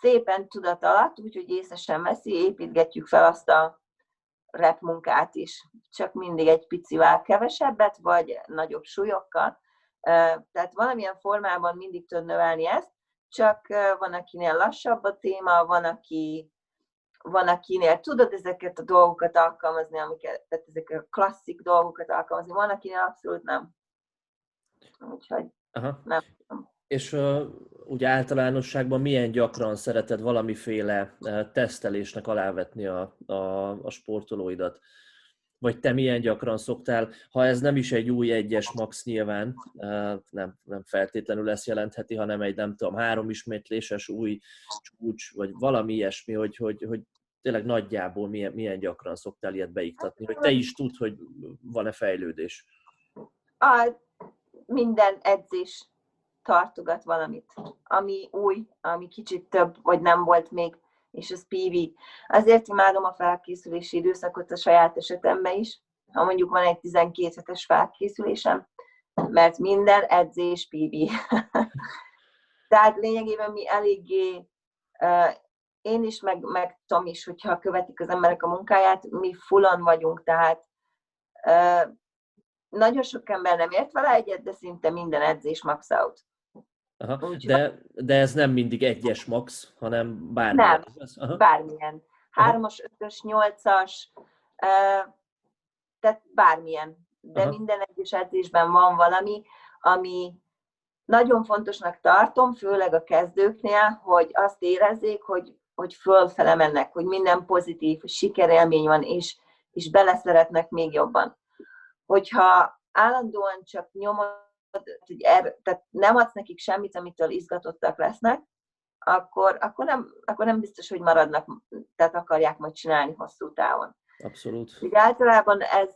szépen tudat alatt, úgyhogy észre sem veszi, építgetjük fel azt a rep munkát is. Csak mindig egy picivel kevesebbet, vagy nagyobb súlyokkal. Tehát valamilyen formában mindig tud növelni ezt, csak van, akinél lassabb a téma, van, aki, van akinél tudod ezeket a dolgokat alkalmazni, amiket, tehát ezek a klasszik dolgokat alkalmazni, van, akinél abszolút nem. Úgyhogy Aha. nem. És uh, úgy általánosságban milyen gyakran szereted valamiféle uh, tesztelésnek alávetni a, a, a sportolóidat? Vagy te milyen gyakran szoktál, ha ez nem is egy új egyes max nyilván, uh, nem, nem feltétlenül ezt jelentheti, hanem egy nem tudom, három ismétléses új csúcs, vagy valami ilyesmi, hogy, hogy, hogy tényleg nagyjából milyen, milyen gyakran szoktál ilyet beiktatni, hogy te is tudd, hogy van-e fejlődés. A, minden edzés tartogat valamit, ami új, ami kicsit több, vagy nem volt még, és ez pé vé. Azért imádom a felkészülési időszakot a saját esetemben is, ha mondjuk van egy tizenkét hetes felkészülésem, mert minden edzés pé vé. Tehát lényegében mi eléggé, uh, én is, meg, meg Tom is, hogyha követik az emberek a munkáját, mi fullon vagyunk, tehát uh, nagyon sok ember nem ért vele egyet, de szinte minden edzés max out. Aha, de, de ez nem mindig egyes max, hanem bármilyen. Nem, Aha. bármilyen. Hármas, ötös, nyolcas, uh, tehát bármilyen. De Aha. minden egyes edzésben van valami, ami nagyon fontosnak tartom, főleg a kezdőknél, hogy azt érezzék, hogy, hogy fölfele mennek, hogy minden pozitív, sikerélmény van, és, és beleszeretnek még jobban. Hogyha állandóan csak nyomod, hogy er, tehát nem adsz nekik semmit, amitől izgatottak lesznek, akkor, akkor, nem, akkor nem biztos, hogy maradnak, tehát akarják majd csinálni hosszú távon. Abszolút. Úgy általában ez,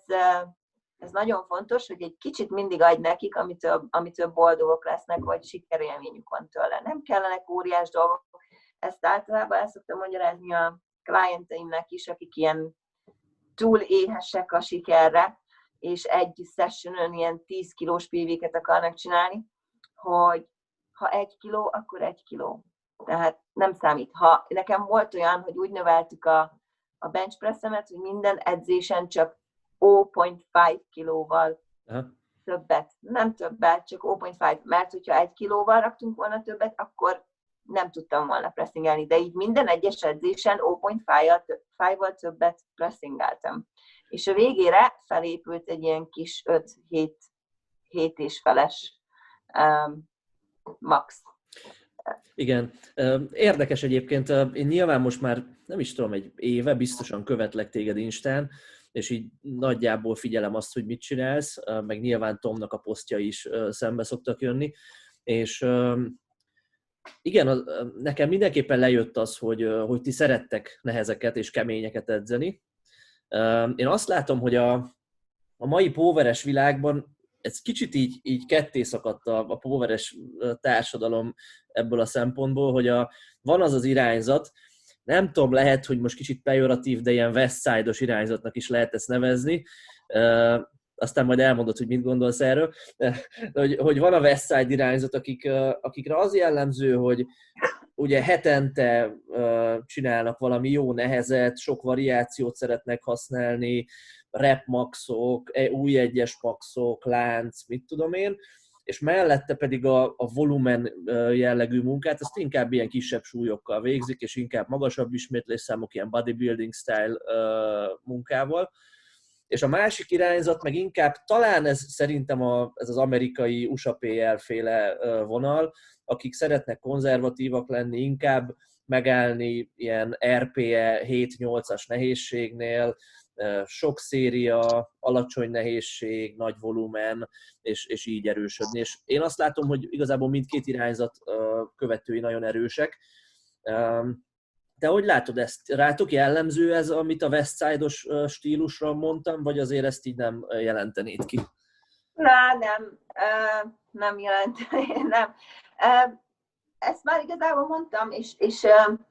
ez nagyon fontos, hogy egy kicsit mindig adj nekik, amitől, amitől boldogok lesznek, vagy sikerélményük van tőle. Nem kellenek óriás dolgok. Ezt általában el szoktam magyarázni a klienteimnek is, akik ilyen túl éhesek a sikerre, és egy sessionon ilyen tíz kilós pé vé-ket akarnak csinálni, hogy ha egy kiló, akkor egy kiló. Tehát nem számít. Ha nekem volt olyan, hogy úgy növeltük a, a bench pressemet, hogy minden edzésen csak zero egész öt kilóval Aha. többet. Nem többet, csak zero egész öt, mert hogyha egy kilóval raktunk volna többet, akkor nem tudtam volna pressingelni. De így minden egyes edzésen zero egész öt-val többet pressingeltem. És a végére felépült egy ilyen kis öt-hét és feles um, max. Igen. Érdekes egyébként. Én nyilván most már nem is tudom, egy éve biztosan követlek téged Instán, és így nagyjából figyelem azt, hogy mit csinálsz, meg nyilván Tomnak a posztja is szembe szoktak jönni. És igen, nekem mindenképpen lejött az, hogy, hogy ti szerettek nehezeket és keményeket edzeni. Én azt látom, hogy a, a mai poweres világban ez kicsit így, így ketté szakadt a, a poweres társadalom ebből a szempontból, hogy a, van az az irányzat, nem tudom, lehet, hogy most kicsit pejoratív, de ilyen Westside-os irányzatnak is lehet ezt nevezni, uh, aztán majd elmondod, hogy mit gondolsz erről, uh, hogy, hogy van a Westside irányzat, akik, uh, akikre az jellemző, hogy ugye hetente uh, csinálnak valami jó nehezet, sok variációt szeretnek használni, rep maxok, új egyes maxok, lánc, mit tudom én, és mellette pedig a, a volumen jellegű munkát, azt inkább ilyen kisebb súlyokkal végzik, és inkább magasabb ismétlésszámok, ilyen bodybuilding style uh, munkával. És a másik irányzat meg inkább, talán ez szerintem a, ez az amerikai u es á pé el féle uh, vonal, akik szeretnek konzervatívak lenni, inkább megállni ilyen er pé e hét-nyolcas nehézségnél, sok széria, alacsony nehézség, nagy volumen, és, és így erősödni. És én azt látom, hogy igazából mindkét irányzat követői nagyon erősek. De hogy látod ezt? Rátok jellemző ez, amit a Westside-os stílusra mondtam, vagy azért ezt így nem jelentenéd ki? Na, nem. Nem jelenteném, nem. Ezt már igazából mondtam, és, és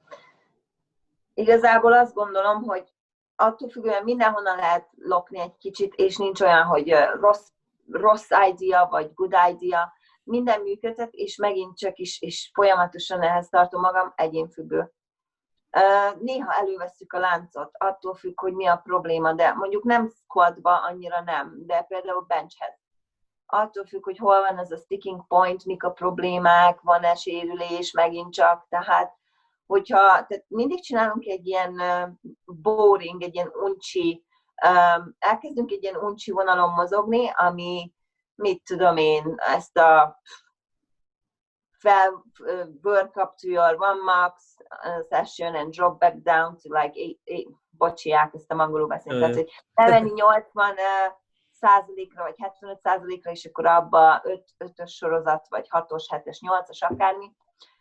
igazából azt gondolom, hogy attól függően mindenhonnan lehet lopni egy kicsit, és nincs olyan, hogy rossz, rossz idea, vagy good idea. minden működhet, és megint csak is, és folyamatosan ehhez tartom magam, egyénfüggő. Néha elővesszük a láncot, attól függ, hogy mi a probléma, de mondjuk nem squatba annyira nem, de például benchhez. Attól függ, hogy hol van ez a sticking point, mik a problémák, van-e sérülés, megint csak, tehát hogyha, tehát mindig csinálunk egy ilyen boring, egy ilyen uncsi, elkezdünk egy ilyen uncsi vonalon mozogni, ami, mit tudom én, ezt a fel, work up to your one max session and drop back down to like eight, eight bocsi, elkezdtem angolul beszélni, tehát, hogy elmenni nyolcvan százalékra, vagy hetvenöt százalékra, és akkor abba ötös sorozat, vagy hatos, hetes, nyolcas, akármi.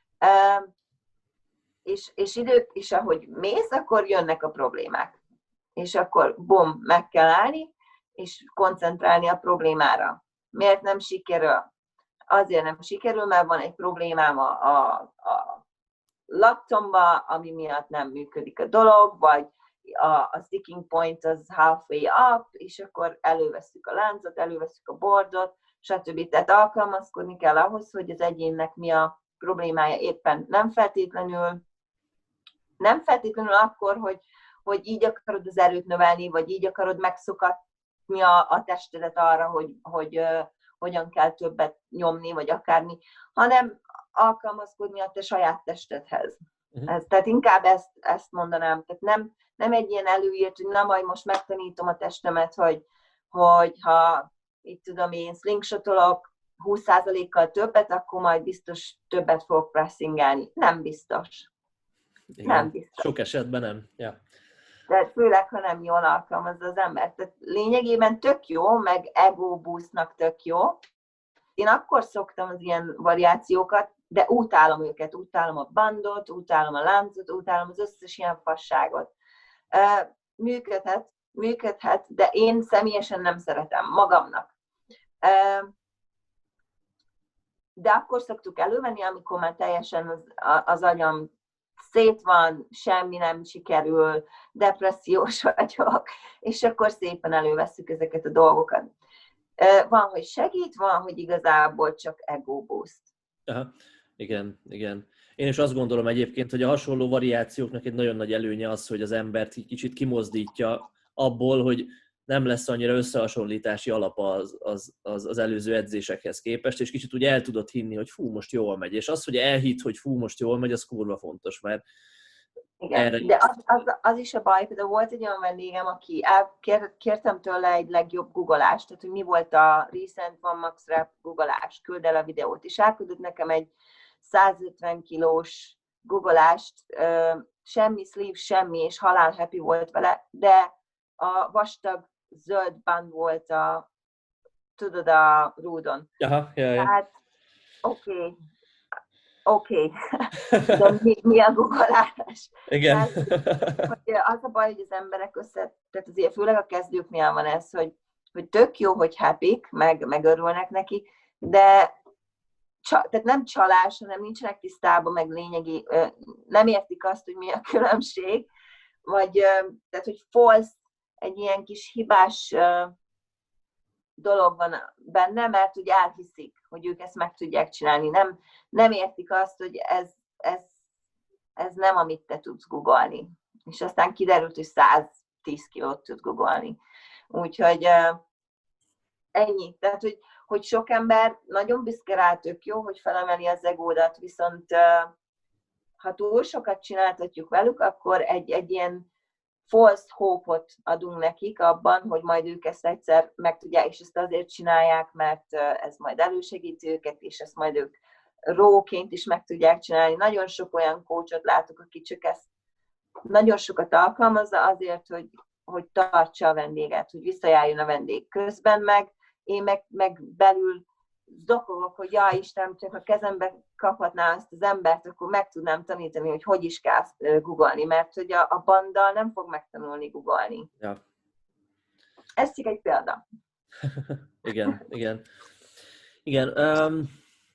És, és idők is, ahogy mész, akkor jönnek a problémák. És akkor bum, meg kell állni, és koncentrálni a problémára. Miért nem sikerül? Azért nem sikerül, mert van egy problémám a, a, a lattomba, ami miatt nem működik a dolog, vagy a, a sticking point az halfway up, és akkor elővesszük a láncot, elővesszük a boardot, stb. Tehát alkalmazkodni kell ahhoz, hogy az egyénnek mi a problémája éppen. Nem feltétlenül, nem feltétlenül akkor, hogy, hogy így akarod az erőt növelni, vagy így akarod megszokatni a, a testedet arra, hogy, hogy uh, hogyan kell többet nyomni, vagy akármi, hanem alkalmazkodni a te saját testedhez. Uh-huh. Ez, tehát inkább ezt, ezt mondanám. Tehát nem, nem egy ilyen előírt, hogy na majd most megtanítom a testemet, hogy, hogy ha itt tudom én slingshotolok húsz százalékkal többet, akkor majd biztos többet fogok pressingelni. Nem biztos. Igen. Nem biztos. Sok esetben nem. Ja. De főleg, ha nem jól alkalmazza az ember. Tehát lényegében tök jó, meg ego boostnak tök jó. Én akkor szoktam az ilyen variációkat, de utálom őket. Utálom a bandot, utálom a láncot, utálom az összes ilyen fasságot. Működhet, működhet, de én személyesen nem szeretem magamnak. De akkor szoktuk elővenni, amikor már teljesen az, az agyam szét van, semmi nem sikerül, depressziós vagyok, és akkor szépen elővesszük ezeket a dolgokat. Van, hogy segít, van, hogy igazából csak ego boost. Aha, igen, igen. Én is azt gondolom egyébként, hogy a hasonló variációknak egy nagyon nagy előnye az, hogy az embert kicsit kimozdítja abból, hogy nem lesz annyira összehasonlítási alapa az, az, az, az előző edzésekhez képest, és kicsit úgy el tudod hinni, hogy fú, most jól megy. És az, hogy elhitt, hogy fú, most jól megy, az kurva fontos, mert igen, erre... de az, az, az is a baj, de volt egy olyan vendégem, aki elkér, kértem tőle egy legjobb googleást, tehát hogy mi volt a recent One Max Rep googleás, küld el a videót, és elküldött nekem egy százötven kilós googleást, semmi sleeve, semmi, és halál happy volt vele, de a vastag zöld band volt a, tudod, a rúdon. Aha, jaj, jaj. Tehát, oké, okay, oké, okay. De mi, mi a googolás? Igen. Tehát, hogy az a baj, hogy az emberek össze, tehát azért főleg a kezdőknél van ez, hogy, hogy tök jó, hogy happy-k, meg, meg örülnek neki, de tehát nem csalás, hanem nincsenek tisztában, meg lényegi, nem értik azt, hogy mi a különbség, vagy tehát, hogy false, egy ilyen kis hibás dolog van benne, mert ugye elhiszik, hogy ők ezt meg tudják csinálni. Nem, nem értik azt, hogy ez, ez, ez nem, amit te tudsz googolni. És aztán kiderült, hogy száztíz kilót tud googolni. Úgyhogy ennyi. Tehát, hogy, hogy sok ember nagyon büszke rá, tök jó, hogy felemeli az egódat, viszont ha túl sokat csináltatjuk velük, akkor egy, egy ilyen false hope-ot adunk nekik abban, hogy majd ők ezt egyszer meg tudják, és ezt azért csinálják, mert ez majd elősegíti őket, és ezt majd ők róként is meg tudják csinálni. Nagyon sok olyan coachot látok, aki csak ezt nagyon sokat alkalmazza azért, hogy, hogy tartsa a vendéget, hogy visszajárjon a vendég közben meg, én meg, meg belül zokogok, hogy ja Isten, csak a kezembe kaphatná ezt az embert, akkor meg tudnám tanítani, hogy hogy is kell googolni, mert hogy a, a bandal nem fog megtanulni googolni. Ja. Ez csak egy példa. igen, igen. Igen. Um,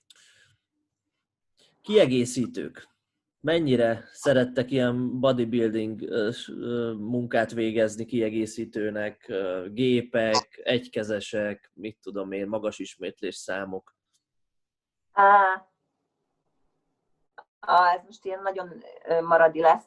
kiegészítők. Mennyire szerettek ilyen bodybuilding munkát végezni kiegészítőnek, gépek, egykezesek, mit tudom én, magas ismétlés számok? Á, á, ez most ilyen nagyon maradi lesz.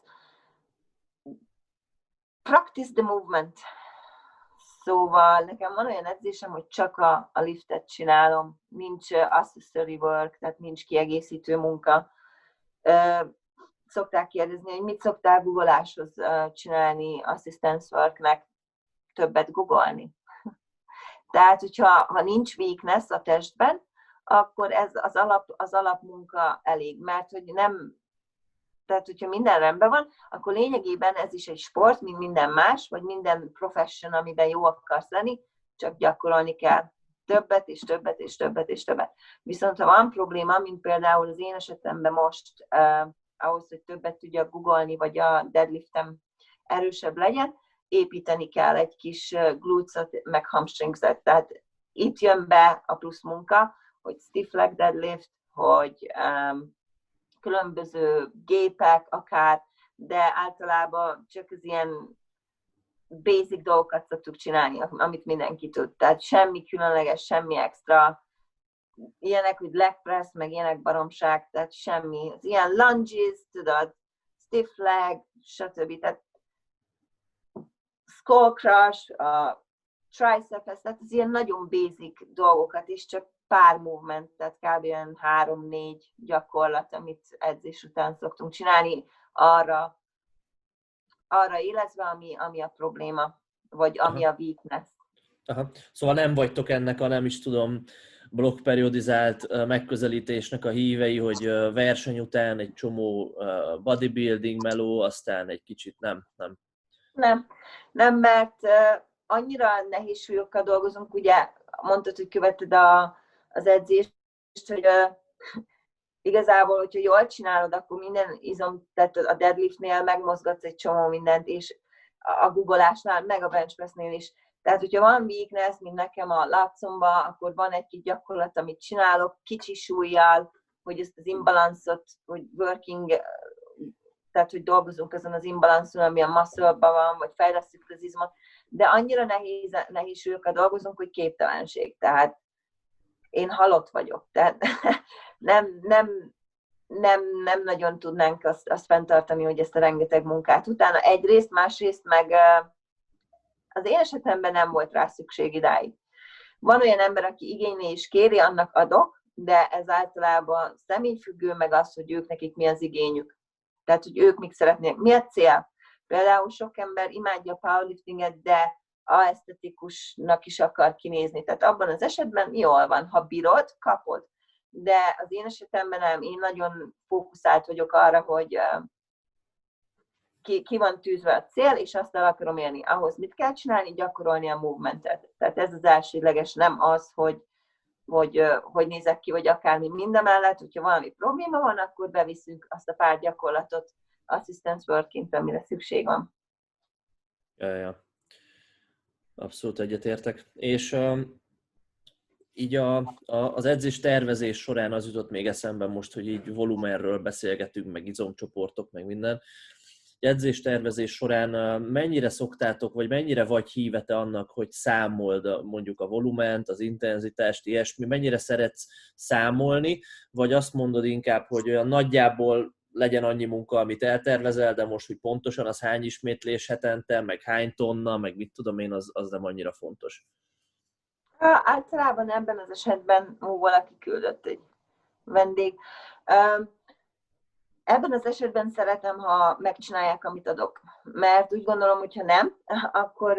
Practice the movement. Szóval nekem van olyan edzésem, hogy csak a, a liftet csinálom, nincs accessory work, tehát nincs kiegészítő munka. Szokták kérdezni, hogy mit szoktál googoláshoz csinálni assistance worknek, többet googolni. Tehát, hogyha ha nincs weakness a testben, akkor ez az, alap, az alapmunka elég, mert hogy nem, tehát hogyha minden rendben van, akkor lényegében ez is egy sport, mint minden más, vagy minden profession, amiben jó akarsz lenni, csak gyakorolni kell. Többet és többet és többet és többet. Viszont ha van probléma, mint például az én esetemben most, eh, ahhoz, hogy többet tudjak googolni, vagy a deadliftem erősebb legyen, építeni kell egy kis glúcot, meg hamstringset. Tehát itt jön be a plusz munka, hogy stiff leg deadlift, hogy um, különböző gépek akár, de általában csak az ilyen basic dolgokat szoktuk csinálni, amit mindenki tud. Tehát semmi különleges, semmi extra. Ilyenek, hogy leg press, meg ilyenek baromság, tehát semmi. Az ilyen lunges, tudod, stiff leg, stb. Tehát skull crush, a triceps, tehát az ilyen nagyon basic dolgokat, és csak pár movement, tehát kb. Ilyen három-négy gyakorlat, amit edzés után szoktunk csinálni, arra, arra élezve, ami, ami a probléma, vagy ami Aha. a weakness. Aha. Szóval nem vagytok ennek a, nem is tudom, blokkperiodizált megközelítésnek a hívei, hogy verseny után egy csomó bodybuilding meló, aztán egy kicsit nem, nem. Nem, nem, mert annyira nehéz súlyokkal dolgozunk, ugye mondtad, hogy követed a, az edzést, hogy igazából, hogyha jól csinálod, akkor minden izom, tehát a deadliftnél megmozgatsz egy csomó mindent, és a googolásnál, meg a benchpressnél is. Tehát, hogyha van weakness, mint nekem a látszomba, akkor van egy-két gyakorlat, amit csinálok, kicsi súlyjal, hogy ezt az imbalanszot, hogy working, tehát, hogy dolgozunk azon az imbalanszon, ami a muscle-ban van, vagy fejlesztjük az izmot, de annyira nehéz, nehéz súlyokkal dolgozunk, hogy képtelenség. Tehát én halott vagyok. Tehát nem, nem, nem, nem nagyon tudnánk azt, azt fenntartani, hogy ezt a rengeteg munkát utána. Egyrészt, másrészt meg az én esetemben nem volt rá szükség idáig. Van olyan ember, aki igényli és kéri, annak adok, de ez általában személyfüggő, meg az, hogy ők nekik mi az igényük. Tehát, hogy ők mit szeretnék. Mi a cél? Például sok ember imádja a powerliftinget, de esztetikusnak is akar kinézni. Tehát abban az esetben jól van, ha bírod, kapod. De az én esetemben nem, én nagyon fókuszált vagyok arra, hogy ki, ki van tűzve a cél, és azt el akarom élni. Ahhoz mit kell csinálni? Gyakorolni a movementet. Tehát ez az elsődleges, nem az, hogy hogy, hogy nézek ki, vagy akármi mindemellett, hogyha valami probléma van, akkor beviszünk azt a pár gyakorlatot assistance workként, amire szükség van. Ja, ja. Abszolút egyetértek. És um, így a, a, az edzés tervezés során az jutott még eszembe most, hogy így volumenről beszélgetünk, meg izomcsoportok, meg minden. Edzés tervezés során mennyire szoktátok, vagy mennyire vagy híve te annak, hogy számold mondjuk a volument, az intenzitást, ilyesmi, mennyire szeretsz számolni, vagy azt mondod inkább, hogy olyan nagyjából legyen annyi munka, amit eltervezel, de most, hogy pontosan az hány ismétlés hetente, meg hány tonna, meg mit tudom én, az, az nem annyira fontos. Há, általában ebben az esetben ó, valaki küldött egy vendég. Ebben az esetben szeretem, ha megcsinálják, amit adok. Mert úgy gondolom, hogyha nem, akkor...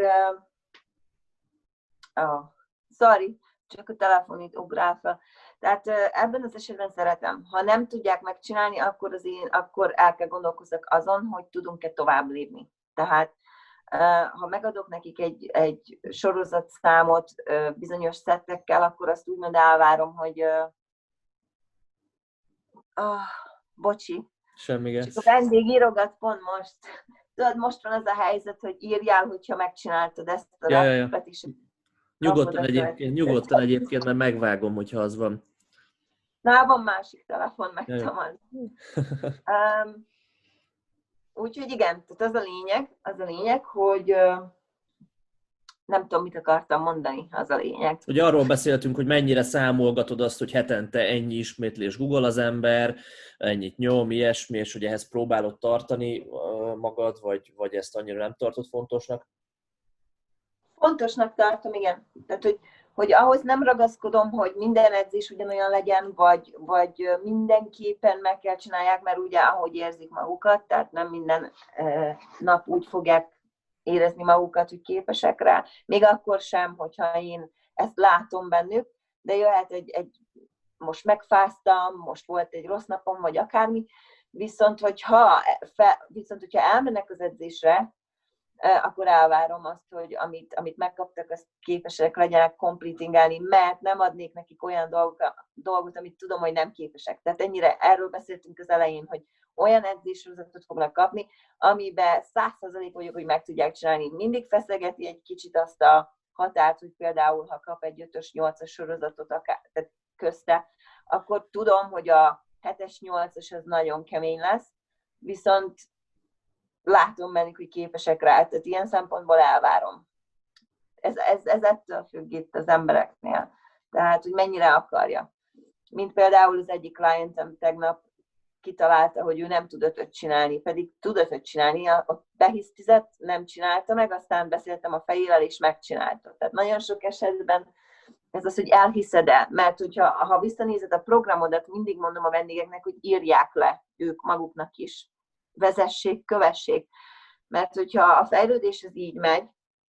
Oh, sorry, csak a telefon itt ugrál fel. Tehát ebben az esetben szeretem. Ha nem tudják megcsinálni, akkor, az én, akkor el kell gondolkozzak azon, hogy tudunk-e tovább lépni. Tehát ha megadok nekik egy, egy sorozatszámot bizonyos szettekkel, akkor azt úgymond elvárom, hogy oh, bocsi, Semmi csak a vendég írogat pont most. Tudod, most van az a helyzet, hogy írjál, hogyha megcsináltad ezt a ja, ja, ja. repet is. Nyugodtan egyébként, nyugodtan egyébként, mert megvágom, hogyha az van. Na, van másik telefon, meg Ja, tudom. um, Úgyhogy igen, tehát az a lényeg, az a lényeg, hogy, nem tudom, mit akartam mondani, az a lényeg. Ugye arról beszéltünk, hogy mennyire számolgatod azt, hogy hetente ennyi ismétlés Google az ember, ennyit nyom, ilyesmi, és hogy ehhez próbálod tartani magad, vagy, vagy ezt annyira nem tartod fontosnak? Fontosnak tartom, igen. Tehát, hogy, hogy ahhoz nem ragaszkodom, hogy minden edzés ugyanolyan legyen, vagy, vagy mindenképpen meg kell csinálják, mert ugye ahogy érzik magukat, tehát nem minden eh, nap úgy fogják érezni magukat, hogy képesek rá. Még akkor sem, hogyha én ezt látom bennük, de jöhet egy, egy most megfáztam, most volt egy rossz napom, vagy akármi, viszont hogyha, fe, viszont hogyha elmennek az edzésre, akkor elvárom azt, hogy amit, amit megkaptak, azt képesek legyenek completingálni, mert nem adnék nekik olyan dolgot, dolgot, amit tudom, hogy nem képesek. Tehát ennyire erről beszéltünk az elején, hogy olyan edzéssorozatot fognak kapni, amiben száz százalék vagyok, hogy meg tudják csinálni. Mindig feszegeti egy kicsit azt a határt, hogy például, ha kap egy ötös, nyolcas sorozatot akár, tehát közte, akkor tudom, hogy a hetes, nyolcas az nagyon kemény lesz, viszont látom bennük, hogy képesek rá, tehát ilyen szempontból elvárom. Ez, ez, ez ettől függ itt az embereknél. Tehát, hogy mennyire akarja. Mint például az egyik clientem tegnap kitalálta, hogy ő nem tud ötöt csinálni, pedig tud ötöt csinálni, ott behisztizett, nem csinálta meg, aztán beszéltem a fejével, és megcsinálta. Tehát nagyon sok esetben ez az, hogy elhiszed el, mert hogyha, ha visszanézed a programodat, mindig mondom a vendégeknek, hogy írják le ők maguknak is. Vezessék, kövessék. Mert hogyha a fejlődés az így megy,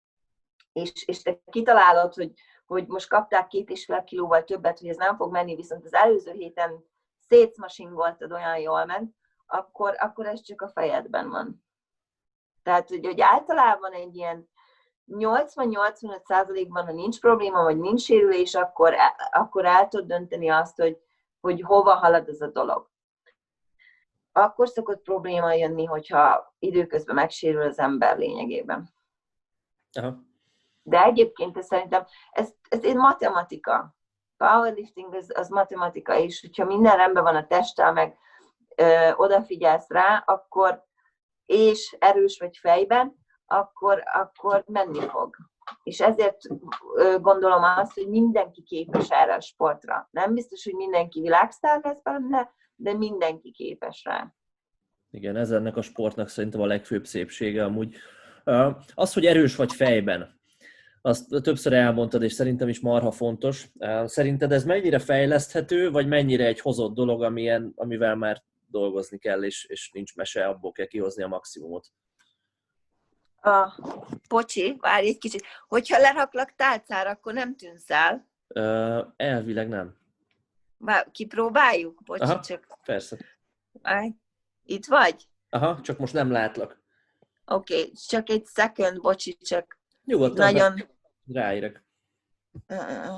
és, és te kitalálod, hogy, hogy most kapták két és fél kilóval többet, hogy ez nem fog menni, viszont az előző héten szétszmasingoltad, olyan jól ment, akkor, akkor ez csak a fejedben van. Tehát, hogy, hogy általában egy ilyen nyolcvan-nyolcvanöt százalékban, ha nincs probléma, vagy nincs sérülés, akkor, akkor el tud dönteni azt, hogy, hogy hova halad ez a dolog. Akkor szokott probléma jönni, hogyha időközben megsérül az ember lényegében. Aha. De egyébként ez szerintem, ez, ez egy matematika. Powerlifting az, az matematika, és hogyha minden rendben van a testtel, meg ö, odafigyelsz rá, akkor, és erős vagy fejben, akkor, akkor menni fog. És ezért ö, gondolom azt, hogy mindenki képes erre a sportra. Nem biztos, hogy mindenki világsztár lesz benne, de mindenki képes rá. Igen, ez ennek a sportnak szerintem a legfőbb szépsége amúgy. Az, hogy erős vagy fejben, azt többször elmondtad, és szerintem is marha fontos. Szerinted ez mennyire fejleszthető, vagy mennyire egy hozott dolog, amilyen, amivel már dolgozni kell, és, és nincs mese, abból kell kihozni a maximumot? A, bocsi, várj egy kicsit. Hogyha leraklak tálcára, akkor nem tűnsz el? Uh, elvileg nem. Bár, kipróbáljuk? Bocsi, Aha, csak... persze. Várj. Itt vagy? Aha, csak most nem látlak. Oké, okay, csak egy second, bocsi, csak nyugodtan nagyon... ráírek. Uh,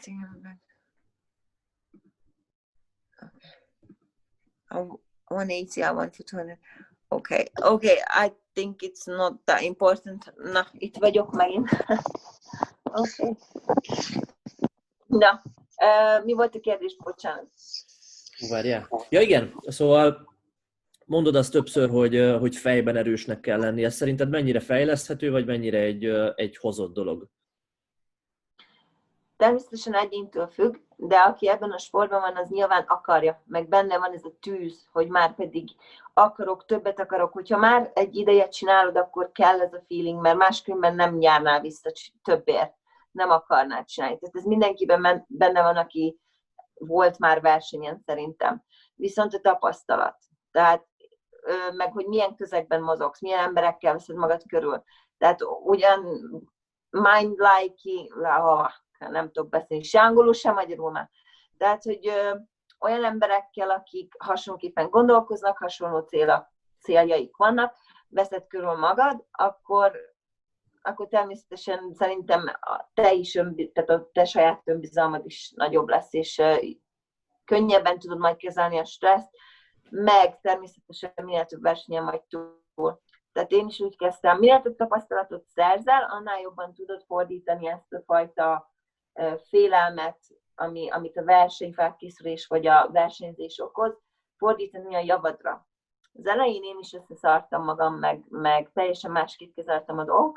one eighty, I want to two hundred. Okay, okay, I think it's not that important. Na, itt vagyok megint. Oké. Okay. Na, uh, mi volt a kérdés, bocsánat? Várjál. Ja igen, szóval mondod azt többször, hogy, hogy fejben erősnek kell lenni. Ez szerinted mennyire fejleszthető, vagy mennyire egy, egy hozott dolog? Természetesen egyéntől függ, de aki ebben a sportban van, az nyilván akarja, meg benne van ez a tűz, hogy már pedig akarok, többet akarok. Hogyha már egy ideje csinálod, akkor kell ez a feeling, mert máskülönben nem járnál vissza többért, nem akarnád csinálni. Tehát ez mindenkiben benne van, aki volt már versenyen szerintem. Viszont a tapasztalat. Tehát meg hogy milyen közegben mozogsz, milyen emberekkel veszed magad körül. Tehát ugyan mind-like, nem tudok beszélni, se angolul, se magyarul már. Tehát, hogy ö, olyan emberekkel, akik hasonlóképpen gondolkoznak, hasonló célak, céljaik vannak, veszed körül magad, akkor, akkor természetesen szerintem a te is, önbi, tehát a te saját önbizalmad is nagyobb lesz, és ö, könnyebben tudod majd kezelni a stresszt, meg természetesen minél több versenyen vagy túl. Tehát én is úgy kezdtem, minél több tapasztalatot szerzel, annál jobban tudod fordítani ezt a fajta félelmet, ami, amit a versenyfelkészülés vagy a versenyzés okoz, fordítani a javadra. Az elején én is összeszartam magam, meg, meg teljesen másképp kezeltem a dolgokat,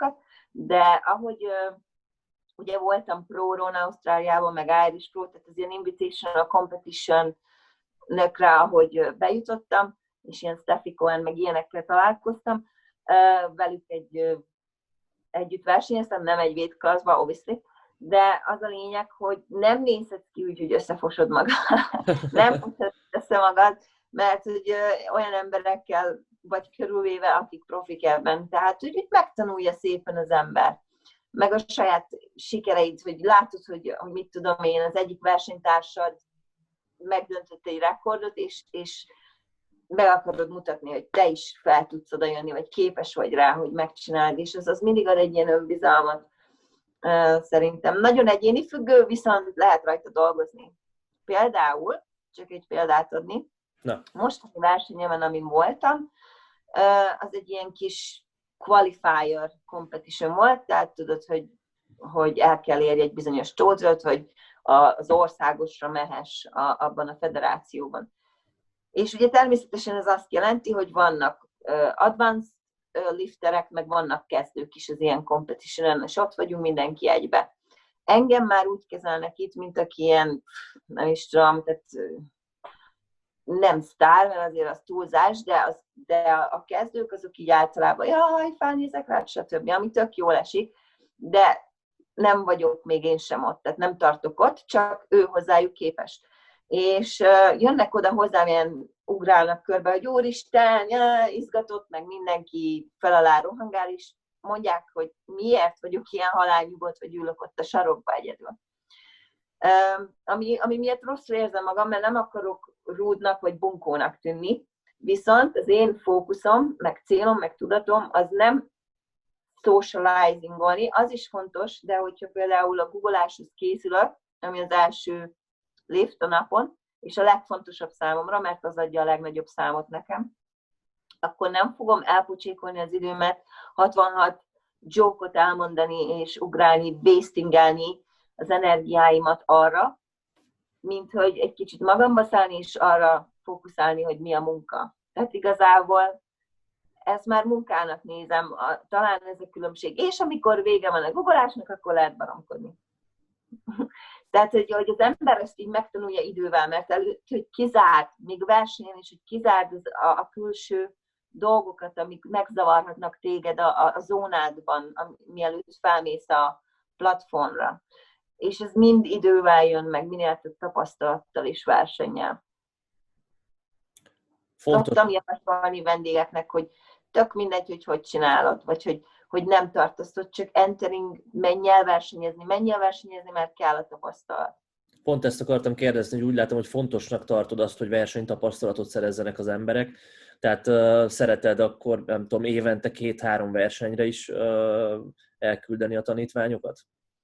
De ahogy ugye voltam Pro-ron Ausztráliában, meg Irish Pro, tehát az ilyen Invitational Competition-nökre, ahogy bejutottam, és ilyen Steffi Cohen, meg ilyenekkel találkoztam, velük egy, együtt versenyeztem, nem egy weight-classba, obviously, de az a lényeg, hogy nem nézhetsz ki úgy, hogy összefosod magad. Nem fosod össze magad, mert hogy olyan emberekkel vagy körülvéve, akik profik ebben. Tehát, hogy úgy megtanulja szépen az ember. Meg a saját sikereid, hogy látod, hogy, hogy mit tudom én, az egyik versenytársad megdöntött egy rekordot, és, és meg akarod mutatni, hogy te is fel tudsz oda jönni, vagy képes vagy rá, hogy megcsináld, és az, az mindig ad egy ilyen önbizalmat. Uh, szerintem nagyon egyéni függő, viszont lehet rajta dolgozni. Például, csak egy példát adni, Na. mostani versenyemen, amin voltam, uh, az egy ilyen kis qualifier competition volt, tehát tudod, hogy, hogy el kell érni egy bizonyos tótot, hogy az országosra mehess a, abban a federációban. És ugye természetesen ez azt jelenti, hogy vannak uh, advanced lifterek, meg vannak kezdők is az ilyen competition-en, és ott vagyunk mindenki egybe. Engem már úgy kezelnek itt, mint aki ilyen, nem is tudom, tehát nem sztár, mert azért az túlzás, de, az, de a kezdők azok így általában, jaj, felnézek rá, stb., ami tök jól esik, de nem vagyok még én sem ott, tehát nem tartok ott, csak ő hozzájuk képes. És uh, jönnek oda hozzám, ilyen ugrálnak körbe, hogy úristen, ja, izgatott, meg mindenki fel alá rohangál, és mondják, hogy miért vagyok ilyen halálnyugodt, hogy ülök ott a sarokba egyedül. Uh, ami, ami miatt rosszul érzem magam, mert nem akarok rúdnak vagy bunkónak tűnni, viszont az én fókuszom, meg célom, meg tudatom, az nem socializingolni, az is fontos, de hogyha például a googoláshoz készülök, ami az első lift a napon, és a legfontosabb számomra, mert az adja a legnagyobb számot nekem, akkor nem fogom elpocsékolni az időmet, hatvanhat joke-ot elmondani, és ugrálni, wastingelni az energiáimat arra, mint hogy egy kicsit magamba szállni, és arra fókuszálni, hogy mi a munka. Tehát igazából ezt már munkának nézem, talán ez a különbség. És amikor vége van a googolásnak, akkor lehet baromkodni. Tehát, hogy, hogy az ember ezt így megtanulja idővel, mert előtt, hogy kizárt, még versenyen is, hogy kizárt az, a, a külső dolgokat, amik megzavarhatnak téged a, a, a zónádban, a, mielőtt felmész a platformra. És ez mind idővel jön meg, minél több tapasztalattal és versennyel. Szoktam javasolni vendégeknek, hogy tök mindegy, hogy hogy csinálod, vagy hogy, hogy nem tartasz ott, csak entering, menj el versenyezni, menj el versenyezni, mert kell a tapasztalat. Pont ezt akartam kérdezni, hogy úgy látom, hogy fontosnak tartod azt, hogy versenytapasztalatot szerezzenek az emberek. Tehát uh, szereted akkor, nem tudom, évente két-három versenyre is uh, elküldeni a tanítványokat?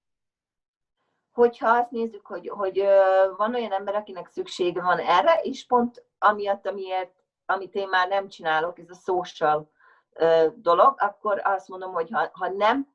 Hogyha azt nézzük, hogy, hogy uh, van olyan ember, akinek szüksége van erre, és pont amiatt, amiért, amit én már nem csinálok, ez a social uh, dolog, akkor azt mondom, hogy ha, ha nem,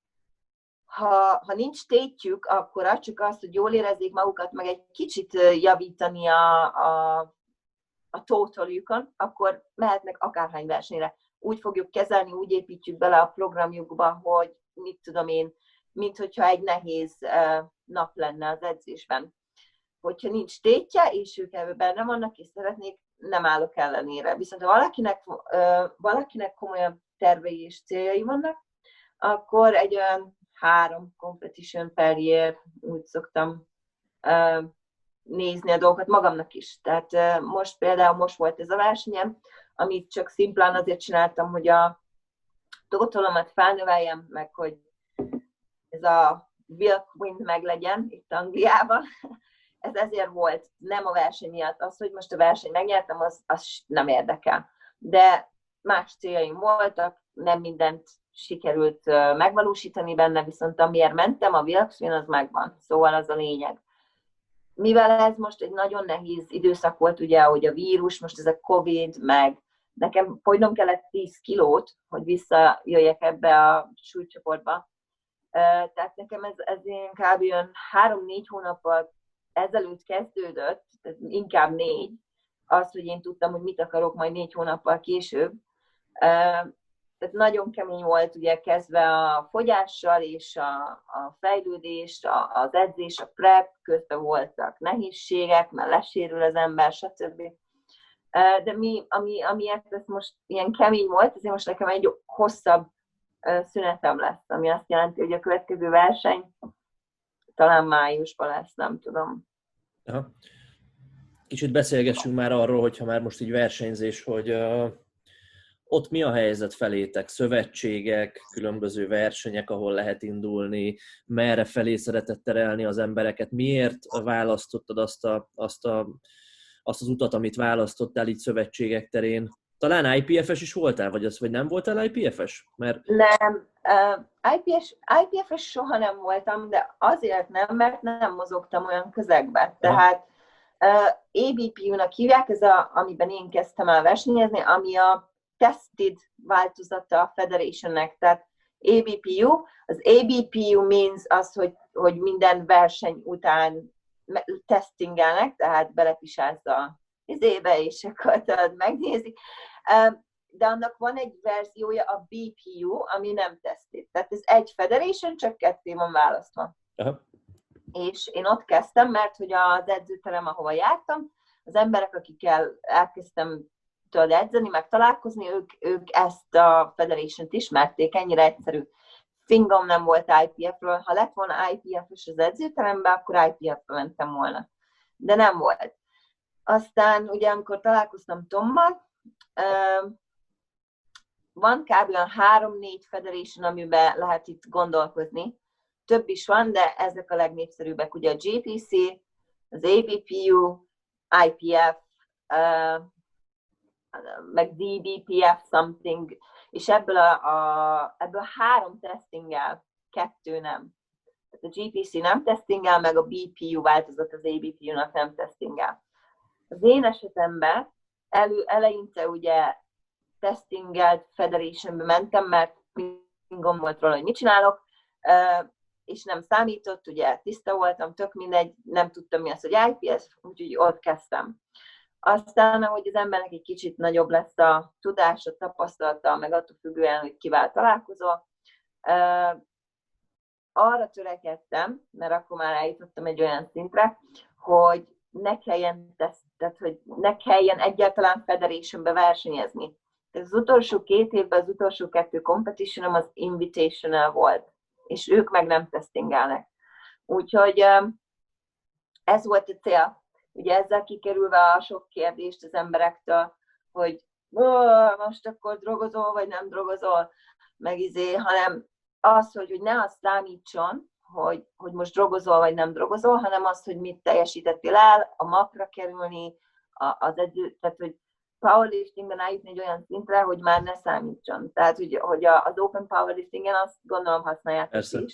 Ha, ha nincs tétjük, akkor csak azt, hogy jól érezzék magukat, meg egy kicsit javítani a, a, a totaljukon, akkor mehetnek akárhány versenyre. Úgy fogjuk kezelni, úgy építjük bele a programjukba, hogy mit tudom én, mint hogyha egy nehéz uh, nap lenne az edzésben. Hogyha nincs tétje, és ők ebben benne vannak, és szeretnék, nem állok ellenére. Viszont ha valakinek, uh, valakinek komolyabb tervei és céljai vannak, akkor egy olyan három competition per year, úgy szoktam uh, nézni a dolgokat magamnak is. Tehát uh, most például most volt ez a versenyem, amit csak szimplán azért csináltam, hogy a totalomat felnöveljem, meg hogy ez a Wilk Wind meglegyen itt Angliában. Ez ezért volt, nem a verseny miatt. Az, hogy most a verseny megnyertem, az, az nem érdekel. De más céljaim voltak, nem mindent sikerült megvalósítani benne, viszont amiért mentem, a Wilkswin az megvan. Szóval az a lényeg. Mivel ez most egy nagyon nehéz időszak volt, ugye, hogy a vírus, most ez a Covid, meg nekem fogynom kellett tíz kilót, hogy visszajöjjek ebbe a súlycsoportba. Tehát nekem ez, ez inkább olyan három-négy hónappal ezelőtt kezdődött, tehát inkább négy, az, hogy én tudtam, hogy mit akarok majd négy hónappal később. tehát nagyon kemény volt ugye kezdve a fogyással és a, a fejlődés, a, az edzés, a prep, közben voltak nehézségek, mert lesérül az ember, stb. De mi, ami, amiért ez most ilyen kemény volt, ezért most nekem egy hosszabb szünetem lesz, ami azt jelenti, hogy a következő verseny talán májusban lesz, nem tudom. Aha. Kicsit beszélgessünk már arról, hogyha már most így versenyzés, hogy uh, ott mi a helyzet felétek, szövetségek, különböző versenyek, ahol lehet indulni, merre felé szeretett terelni az embereket, miért választottad azt, a, azt, a, azt az utat, amit választottál így szövetségek terén? Talán I P F-es is voltál, vagy, az, vagy nem voltál I P F-es? Mert... Nem, uh, I P F, I P F-es soha nem voltam, de azért nem, mert nem mozogtam olyan közegbe. Tehát uh, A B P U-nak hívják, ez a, amiben én kezdtem el versenyezni, ami a tested változata a Federationnek. Tehát A B P U, az A B P U means az, hogy, hogy minden verseny után testingelnek, tehát belepisálsz a izébe, és akkor tudod megnézik. De annak van egy verziója, a B P U, ami nem tested. Tehát ez egy federation, csak ketté van választva. Aha. És én ott kezdtem, mert hogy az edzőterem, ahova jártam, az emberek, akikkel elkezdtem tudod edzeni, meg találkozni, ők, ők ezt a federation-t ismerték, ennyire egyszerű. Fingom nem volt I P F-ről, ha lett volna I P F-ös az edzőteremben, akkor I P F-be mentem volna. De nem volt. Aztán ugye, amikor találkoztam Tommal, van kb. három-négy federation, amiben lehet itt gondolkozni. Több is van, de ezek a legnépszerűbbek. Ugye a G P C, az A B P U, I P F, uh, meg D B P F something, és ebből a, a, ebből három testinggel, kettő nem. Tehát a G P C nem testinggel, meg a B P U változat az A B P U-nak nem testinggel. Az én esetemben elő, eleinte ugye testingelt Federationbe mentem, mert fingom volt róla, hogy mit csinálok, és nem számított, ugye tiszta voltam, tök mindegy, nem tudtam mi az, hogy I P S, úgyhogy ott kezdtem. Aztán, ahogy az embernek egy kicsit nagyobb lesz a tudása, tapasztalata, meg attól függően, hogy kivel találkozol, arra törekedtem, mert akkor már eljutottam egy olyan szintre, hogy ne kelljen, tehát, hogy ne kelljen egyáltalán Federationbe versenyezni. Tehát az utolsó két évben az utolsó kettő competitionom az invitational volt, és ők meg nem testingelnek. Úgyhogy ez volt a cél. Ugye ezzel kikerülve a sok kérdést az emberektől, hogy most akkor drogozol, vagy nem drogozol, meg izé, hanem az, hogy, hogy ne azt számítson, hogy, hogy most drogozol, vagy nem drogozol, hanem az, hogy mit teljesítettél el, a mapra kerülni, az edző, tehát hogy powerliftingben eljutni egy olyan szintre, hogy már ne számítson. Tehát, hogy, hogy az open powerliftingen azt gondolom használjátok is.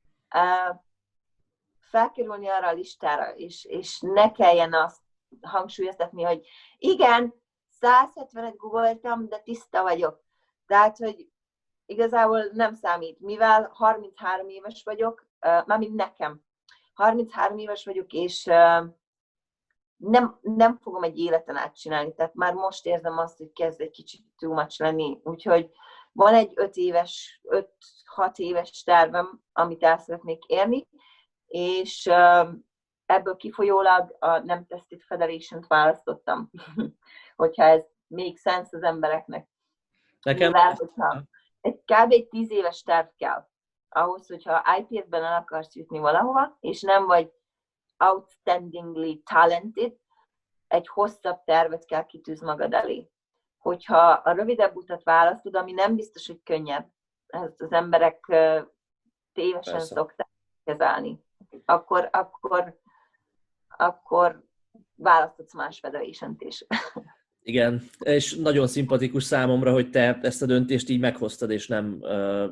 Felkerülni arra a listára, és, és ne kelljen azt hangsúlyoztatni, hogy igen, száz hetvenet googoltam, de tiszta vagyok. Tehát, hogy igazából nem számít, mivel harminchárom éves vagyok, mármint nekem, harminchárom éves vagyok, és nem, nem fogom egy életen át csinálni, tehát már most érzem azt, hogy kezd egy kicsit too much lenni, úgyhogy van egy öt éves, öt-hat éves tervem, amit el szeretnék érni, és ebből kifolyólag a nem tested Federation-t választottam, hogyha ez még sense az embereknek. Nekem... Mivel, hogyha egy kb. tíz éves terv kell ahhoz, hogyha I P F-ben el akarsz jutni valahova, és nem vagy outstandingly talented, egy hosszabb tervet kell kitűz magad elé. Hogyha a rövidebb utat választod, ami nem biztos, hogy könnyebb, ezt az emberek tévesen Persze. szokták kezelni, akkor, akkor, akkor választhatsz más Federation-t is. Igen, és nagyon szimpatikus számomra, hogy te ezt a döntést így meghoztad, és nem... Uh,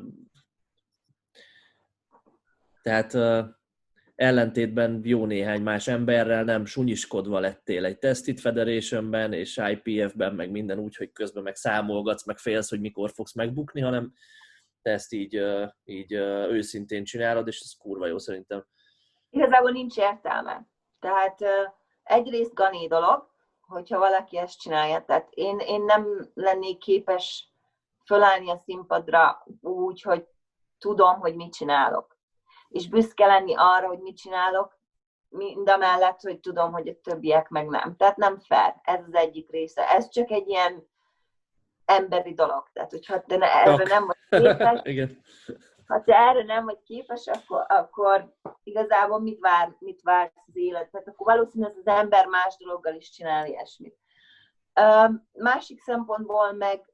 tehát uh, ellentétben jó néhány más emberrel nem sunyiskodva lettél egy Tested Federationben, és I P F-ben, meg minden úgy, hogy közben meg számolgatsz, meg félsz, hogy mikor fogsz megbukni, hanem te ezt így, uh, így uh, őszintén csinálod, és ez kurva jó szerintem. Igazából nincs értelme. Tehát uh, egyrészt gani dolog, hogyha valaki ezt csinálja. Tehát én, én nem lennék képes fölállni a színpadra úgy, hogy tudom, hogy mit csinálok. És büszke lenni arra, hogy mit csinálok, mind a mellett, hogy tudom, hogy a többiek meg nem. Tehát nem fair. Ez az egyik része. Ez csak egy ilyen emberi dolog. Tehát, hogyha te ne, erre nem vagy képes, Igen. ha te erre nem vagy képes, akkor, akkor igazából mit vár, mit vár az élet? Tehát akkor valószínűleg az ember más dologgal is csinál ilyesmit. Um, másik szempontból meg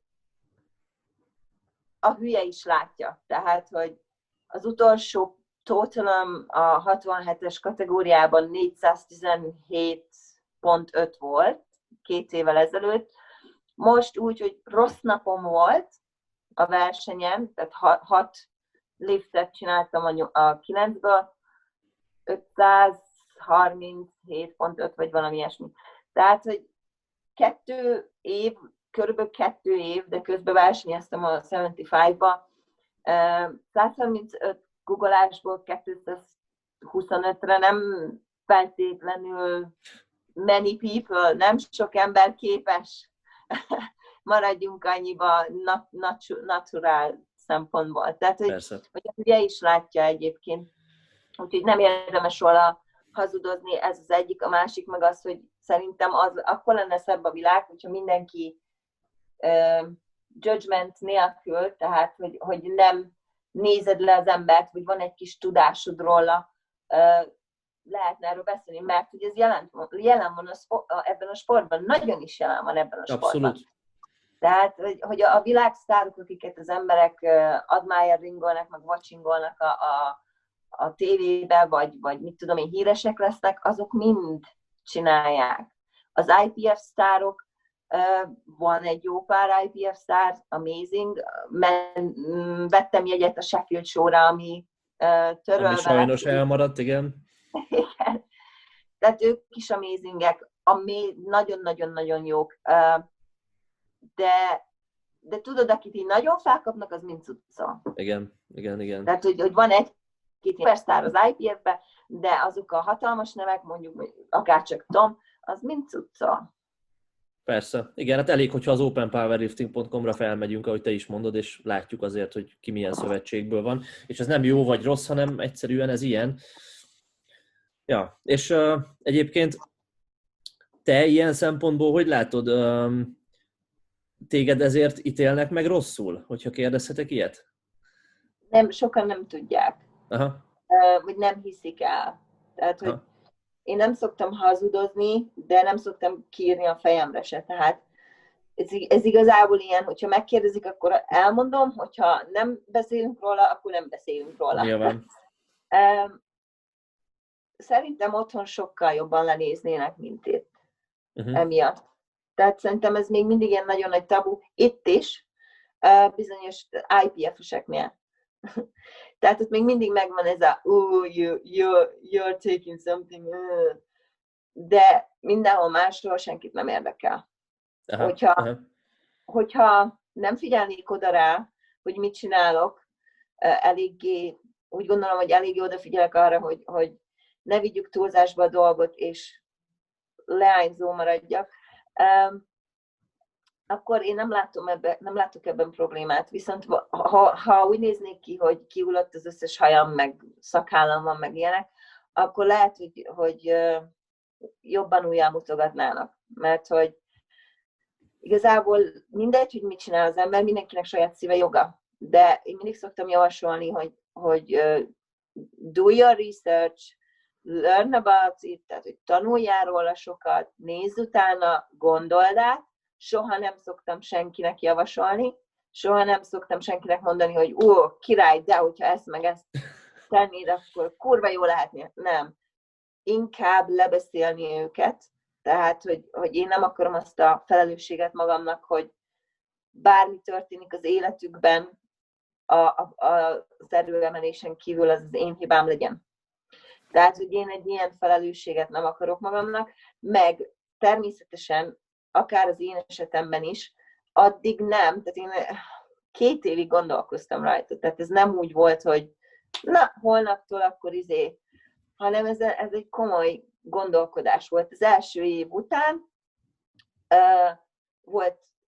a hülye is látja. Tehát, hogy az utolsó totalom a hatvanhetes kategóriában négyszáztizenhét pont öt volt két évvel ezelőtt. Most úgy, hogy rossz napom volt a versenyen, tehát hat liftet csináltam a kilencből, ötszázharminchét pont öt vagy valami ilyesmi. Tehát, hogy kettő év, körülbelül kettő év, de közben versenyeztem a hetvenötbe, százharmincöt googolásból kétszázhuszonötre nem feltétlenül many people, nem sok ember képes. Maradjunk annyiba naturál szempontból. Tehát, hogy, hogy a hülye is látja egyébként. Úgyhogy nem érdemes róla hazudozni, ez az egyik. A másik meg az, hogy szerintem az, akkor lenne szebb a világ, hogyha mindenki uh, judgment nélkül, tehát, hogy, hogy nem nézed le az embert, vagy van egy kis tudásod róla, uh, lehetne erről beszélni, mert hogy ez jelen, jelen van a sport, ebben a sportban, nagyon is jelen van ebben a sportban. Abszolút. Tehát, hogy, hogy a világsztárok, akiket az emberek uh, admire-ringolnak, meg watchingolnak a, a, a tévébe, vagy, vagy mit tudom én, híresek lesznek, azok mind csinálják. Az i pé ef sztárok, uh, van egy jó pár i pé ef sztár, amazing, men, m- vettem jegyet a Sheffield Show-ra, ami uh, törölve ami sajnos lett. Elmaradt, igen. Igen. Tehát ők is amazingek, ami nagyon-nagyon-nagyon jók. Uh, de, de tudod, akit így nagyon felkapnak, az mind cucca. Igen, igen, igen. Tehát, hogy, hogy van egy-két supersztár az i pé ef-be, de azok a hatalmas nevek, mondjuk akárcsak Tom, az mind cucca. Persze. Igen, hát elég, hogyha az open powerlifting pont com-ra felmegyünk, ahogy te is mondod, és látjuk azért, hogy ki milyen szövetségből van. És ez nem jó vagy rossz, hanem egyszerűen ez ilyen. Ja, és uh, egyébként te ilyen szempontból hogy látod, um, téged ezért ítélnek meg rosszul, hogyha kérdezhetek ilyet? Nem, sokan nem tudják. Aha. Uh, vagy nem hiszik el. Tehát, hogy Aha. Én nem szoktam hazudozni, de nem szoktam kiírni a fejemre se. Tehát ez, ez igazából ilyen, hogyha megkérdezik, akkor elmondom, hogyha nem beszélünk róla, akkor nem beszélünk róla. Nyilván. um, Szerintem otthon sokkal jobban lenéznének, mint itt. Uh-huh. Emiatt. Tehát szerintem ez még mindig ilyen nagyon nagy tabu. Itt is, uh, bizonyos i pé ef-eseknél. Tehát ott még mindig megvan ez a oh, you, you're, you're taking something. Uh. De mindenhol máshol senkit nem érdekel. Aha, hogyha, aha. hogyha nem figyelnék oda rá, hogy mit csinálok, uh, eléggé, úgy gondolom, hogy eléggé odafigyelek arra, hogy, hogy ne vigyük túlzásba a dolgot, és leányzó maradjak, um, akkor én nem, látom ebbe, nem látok ebben problémát. Viszont ha, ha úgy néznék ki, hogy kiullott az összes hajam, meg szakállam van, meg ilyenek, akkor lehet, hogy, hogy jobban újjal mutogatnának. Mert hogy igazából mindegy, hogy mit csinál az ember, mindenkinek saját szíve joga. De én mindig szoktam javasolni, hogy, hogy uh, do your research, learn about it, tehát hogy tanuljál róla sokat, nézz utána, gondold át. Soha nem szoktam senkinek javasolni, soha nem szoktam senkinek mondani, hogy ó, király, de hogyha ezt meg ezt tennéd, akkor kurva jó lehetne. Nem. Inkább lebeszélni őket, tehát, hogy, hogy én nem akarom azt a felelősséget magamnak, hogy bármi történik az életükben, a, a, a, az erőemelésen kívül az az én hibám legyen. Tehát, hogy én egy ilyen felelősséget nem akarok magamnak, meg természetesen, akár az én esetemben is, addig nem, tehát én két évig gondolkoztam rajta, tehát ez nem úgy volt, hogy na, holnaptól akkor izé, hanem ez, ez egy komoly gondolkodás volt. Az első év után uh, volt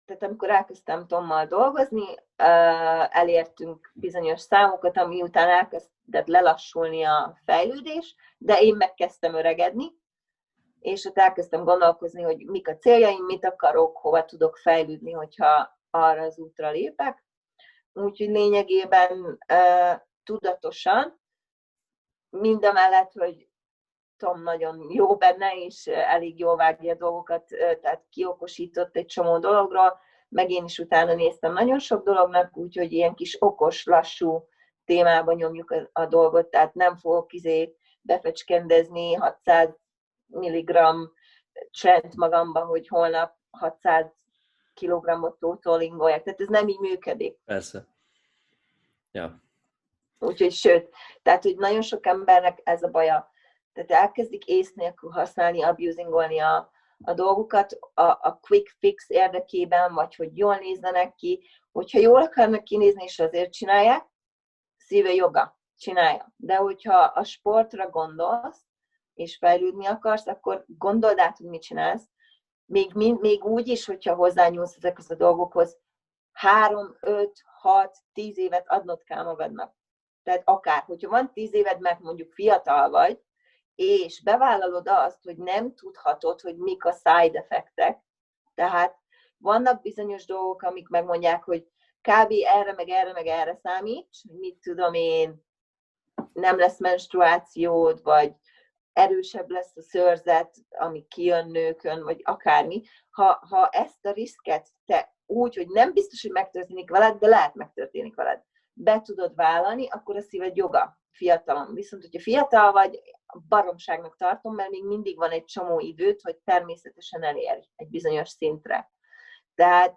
tehát amikor elkezdtem Tommal dolgozni, elértünk bizonyos számokat, ami után elkezdett lelassulni a fejlődés, de én megkezdtem öregedni, és ott elkezdtem gondolkozni, hogy mik a céljaim, mit akarok, hova tudok fejlődni, hogyha arra az útra lépek. Úgyhogy lényegében tudatosan, mindamellett, hogy Tom nagyon jó benne, és elég jól vágja a dolgokat, tehát kiokosított egy csomó dologra, meg én is utána néztem nagyon sok dolognak, úgyhogy ilyen kis okos, lassú témában nyomjuk a, a dolgot, tehát nem fogok izé befecskendezni hatszáz milligramm trend magamba, hogy holnap hatszáz kilogrammot tótolingoljak, tehát ez nem így működik. Persze. Ja. Úgyhogy sőt, tehát hogy nagyon sok embernek ez a baja. Tehát elkezdik ész nélkül használni, abusingolni a, a dolgokat a, a quick fix érdekében, vagy hogy jól nézzenek ki. Hogyha jól akarnak kinézni, és azért csinálják, szíve joga, csinálja. De hogyha a sportra gondolsz, és fejlődni akarsz, akkor gondold át, hogy mit csinálsz. Még, még úgy is, hogyha hozzányúlsz ezekhez a dolgokhoz, három, öt, hat, tíz évet adnod kell magadnak. Tehát akár, hogyha van tíz éved, mert mondjuk fiatal vagy, és bevállalod azt, hogy nem tudhatod, hogy mik a side effektek, tehát vannak bizonyos dolgok, amik megmondják, hogy kb. Erre, meg erre, meg erre számíts, mit tudom én, nem lesz menstruációd, vagy erősebb lesz a szőrzet, ami kijön nőkön, vagy akármi. Ha, ha ezt a riszket te úgy, hogy nem biztos, hogy megtörténik veled, de lehet megtörténik veled, be tudod vállalni, akkor a szíved joga fiatalon. Viszont, hogyha fiatal vagy, baromságnak tartom, mert még mindig van egy csomó időt, hogy természetesen elérj egy bizonyos szintre. Tehát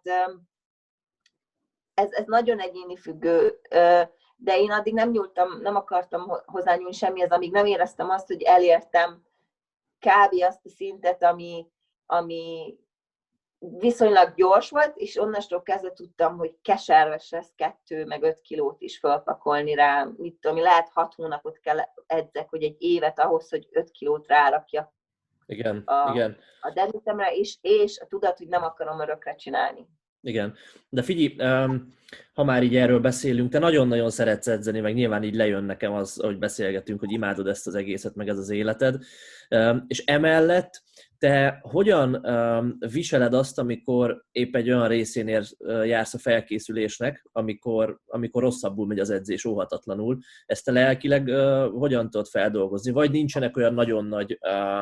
ez, ez nagyon egyéni függő, de én addig nem nyúltam, nem akartam hozzányúlni semmihez, amíg nem éreztem azt, hogy elértem kb. Azt a szintet, ami, ami viszonylag gyors volt, és onnastól kezdve tudtam, hogy keserves lesz kettő, meg öt kilót is felpakolni rá. Mit tudom, lehet hat hónapot kell edzek, hogy egy évet ahhoz, hogy öt kilót rárakjak igen, a, igen. a denítemre, és, és a tudat, hogy nem akarom örökre csinálni. Igen. De figyelj, ha már így erről beszélünk, te nagyon-nagyon szeretsz edzeni, meg nyilván így lejön nekem az, hogy beszélgetünk, hogy imádod ezt az egészet, meg ez az életed. És emellett te hogyan viseled azt, amikor épp egy olyan részén jársz a felkészülésnek, amikor, amikor rosszabbul megy az edzés óhatatlanul? Ezt te lelkileg hogyan tudod feldolgozni? Vagy nincsenek olyan nagyon nagy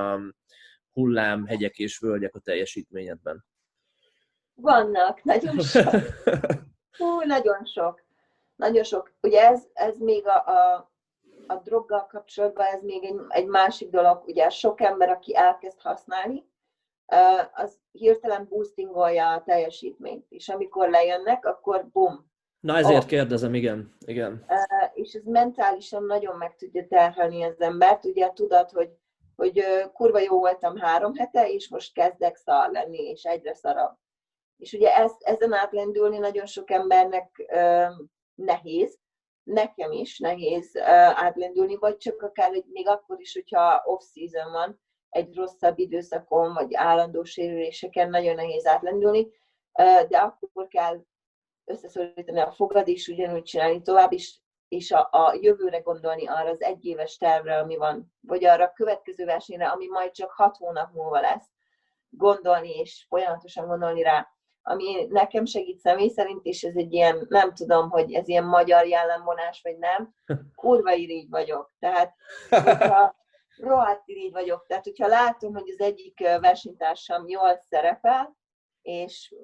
hullám, hegyek és völgyek a teljesítményedben? Vannak, nagyon sok. Hú, nagyon sok. Nagyon sok. Ugye ez, ez még a, a, a droggal kapcsolatban, ez még egy, egy másik dolog. Ugye sok ember, aki elkezd használni, az hirtelen boostingolja a teljesítményt. És amikor lejönnek, akkor bum. Na ezért oh. kérdezem, igen. igen. És ez mentálisan nagyon meg tudja terhelni az embert. Ugye tudod, hogy, hogy kurva jó voltam három hete, és most kezdek szar lenni, és egyre szarabb. És ugye ezt, ezen átlendülni nagyon sok embernek uh, nehéz, nekem is nehéz uh, átlendülni, vagy csak akár hogy még akkor is, hogyha off-season van, egy rosszabb időszakon, vagy állandó sérüléseken nagyon nehéz átlendülni, uh, de akkor kell összeszorítani a fogad, és ugyanúgy csinálni tovább, és, és a, a jövőre gondolni arra az egyéves tervre, ami van, vagy arra a következő versenyre, ami majd csak hat hónap múlva lesz, gondolni, és folyamatosan gondolni rá, ami nekem segít személy szerint, és ez egy ilyen, nem tudom, hogy ez ilyen magyar jellemvonás, vagy nem, kurva irigy vagyok. Tehát, hogyha rohadt irigy vagyok, tehát, hogyha látom, hogy az egyik versenytársam jól szerepel, és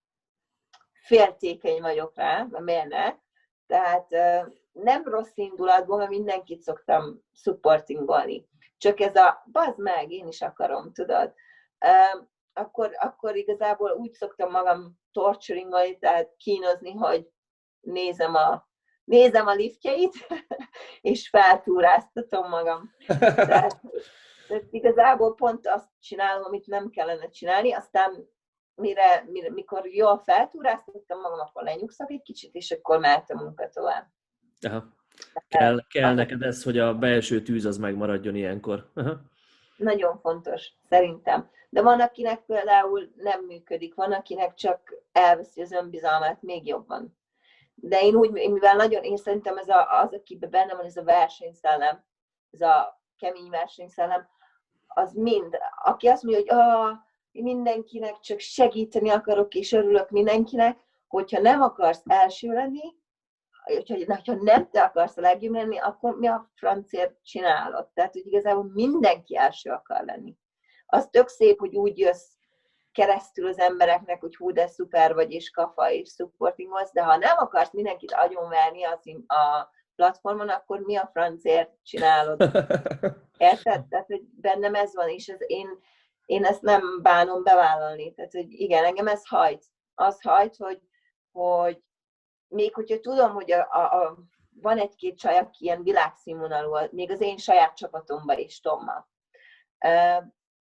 féltékeny vagyok rá, mert miért ne? Tehát nem rossz indulatból, mert mindenkit szoktam supportingolni. Csak ez a, bazd meg, én is akarom, tudod? Akkor, akkor igazából úgy szoktam magam torturingolni, tehát kínozni, hogy nézem a, nézem a liftjeit, és feltúráztatom magam. Tehát, tehát igazából pont azt csinálom, amit nem kellene csinálni, aztán mire, mire, mikor jól feltúráztattam magam, akkor lenyugszak egy kicsit, és akkor mehet a munka tovább. Aha. Kell, kell neked ez, hogy a belső tűz az megmaradjon ilyenkor. Aha. nagyon fontos, szerintem. De van, akinek például nem működik, van, akinek csak elveszi az önbizalmát még jobban. De én úgy, mivel nagyon, én szerintem ez a, az, akiben benne van ez a versenyszellem, ez a kemény versenyszellem, az mind, aki azt mondja, hogy ah, mindenkinek csak segíteni akarok, és örülök mindenkinek, hogyha nem akarsz első lenni, hogyha nem te akarsz a legjobb lenni, akkor mi a francért csinálod? Tehát, hogy igazából mindenki első akar lenni. Az tök szép, hogy úgy jössz keresztül az embereknek, hogy hú, de szuper vagy, és kafa, és supportingolsz, de ha nem akarsz mindenkit agyonverni a platformon, akkor mi a francért csinálod? Érted? Tehát, hogy bennem ez van, és ez én, én ezt nem bánom bevállalni. Tehát, hogy igen, engem ez hajt. Az hajt, hogy, hogy még hogyha tudom, hogy a, a, a, van egy-két csaj, aki ilyen világszínvonalú, még az én saját csapatomban is, Tommal. Uh,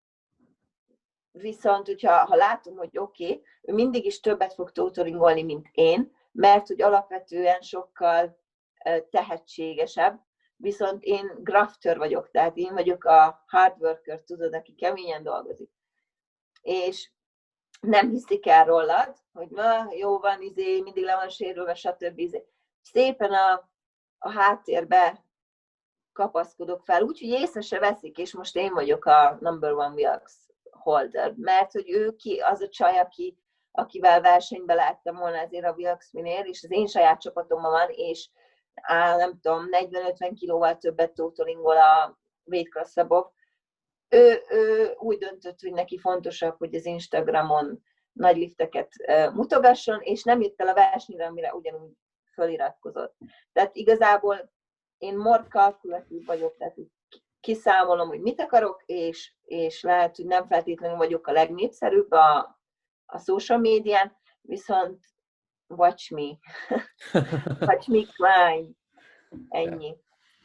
viszont, hogyha ha látom, hogy oké, okay, ő mindig is többet fog tutoringolni, mint én, mert hogy alapvetően sokkal uh, tehetségesebb, viszont én grafter vagyok, tehát én vagyok a hard worker, tudod, aki keményen dolgozik. És nem hiszik el rólad, hogy na, jó van, izé, mindig le van sérülve, stb. Izé. Szépen a, a háttérbe kapaszkodok fel, úgyhogy észre se veszik, és most én vagyok a number one Wilks holder, mert hogy ő ki, az a csaj, aki, akivel versenybe lehettem volna ezért a Wilks minél, és az én saját csapatomban van, és á, nem tudom, negyven-ötven kilóval többet totalingol a weight class-abok. Ő, ő úgy döntött, hogy neki fontosabb, hogy az Instagramon nagy lifteket uh, mutogasson, és nem jött el a versenyre, amire ugyanúgy föliratkozott. Tehát igazából én more kalkulatív vagyok, tehát kiszámolom, hogy mit akarok, és, és lehet, hogy nem feltétlenül vagyok a legnépszerűbb a, a social médián, viszont watch me. Watch me climb. Ennyi.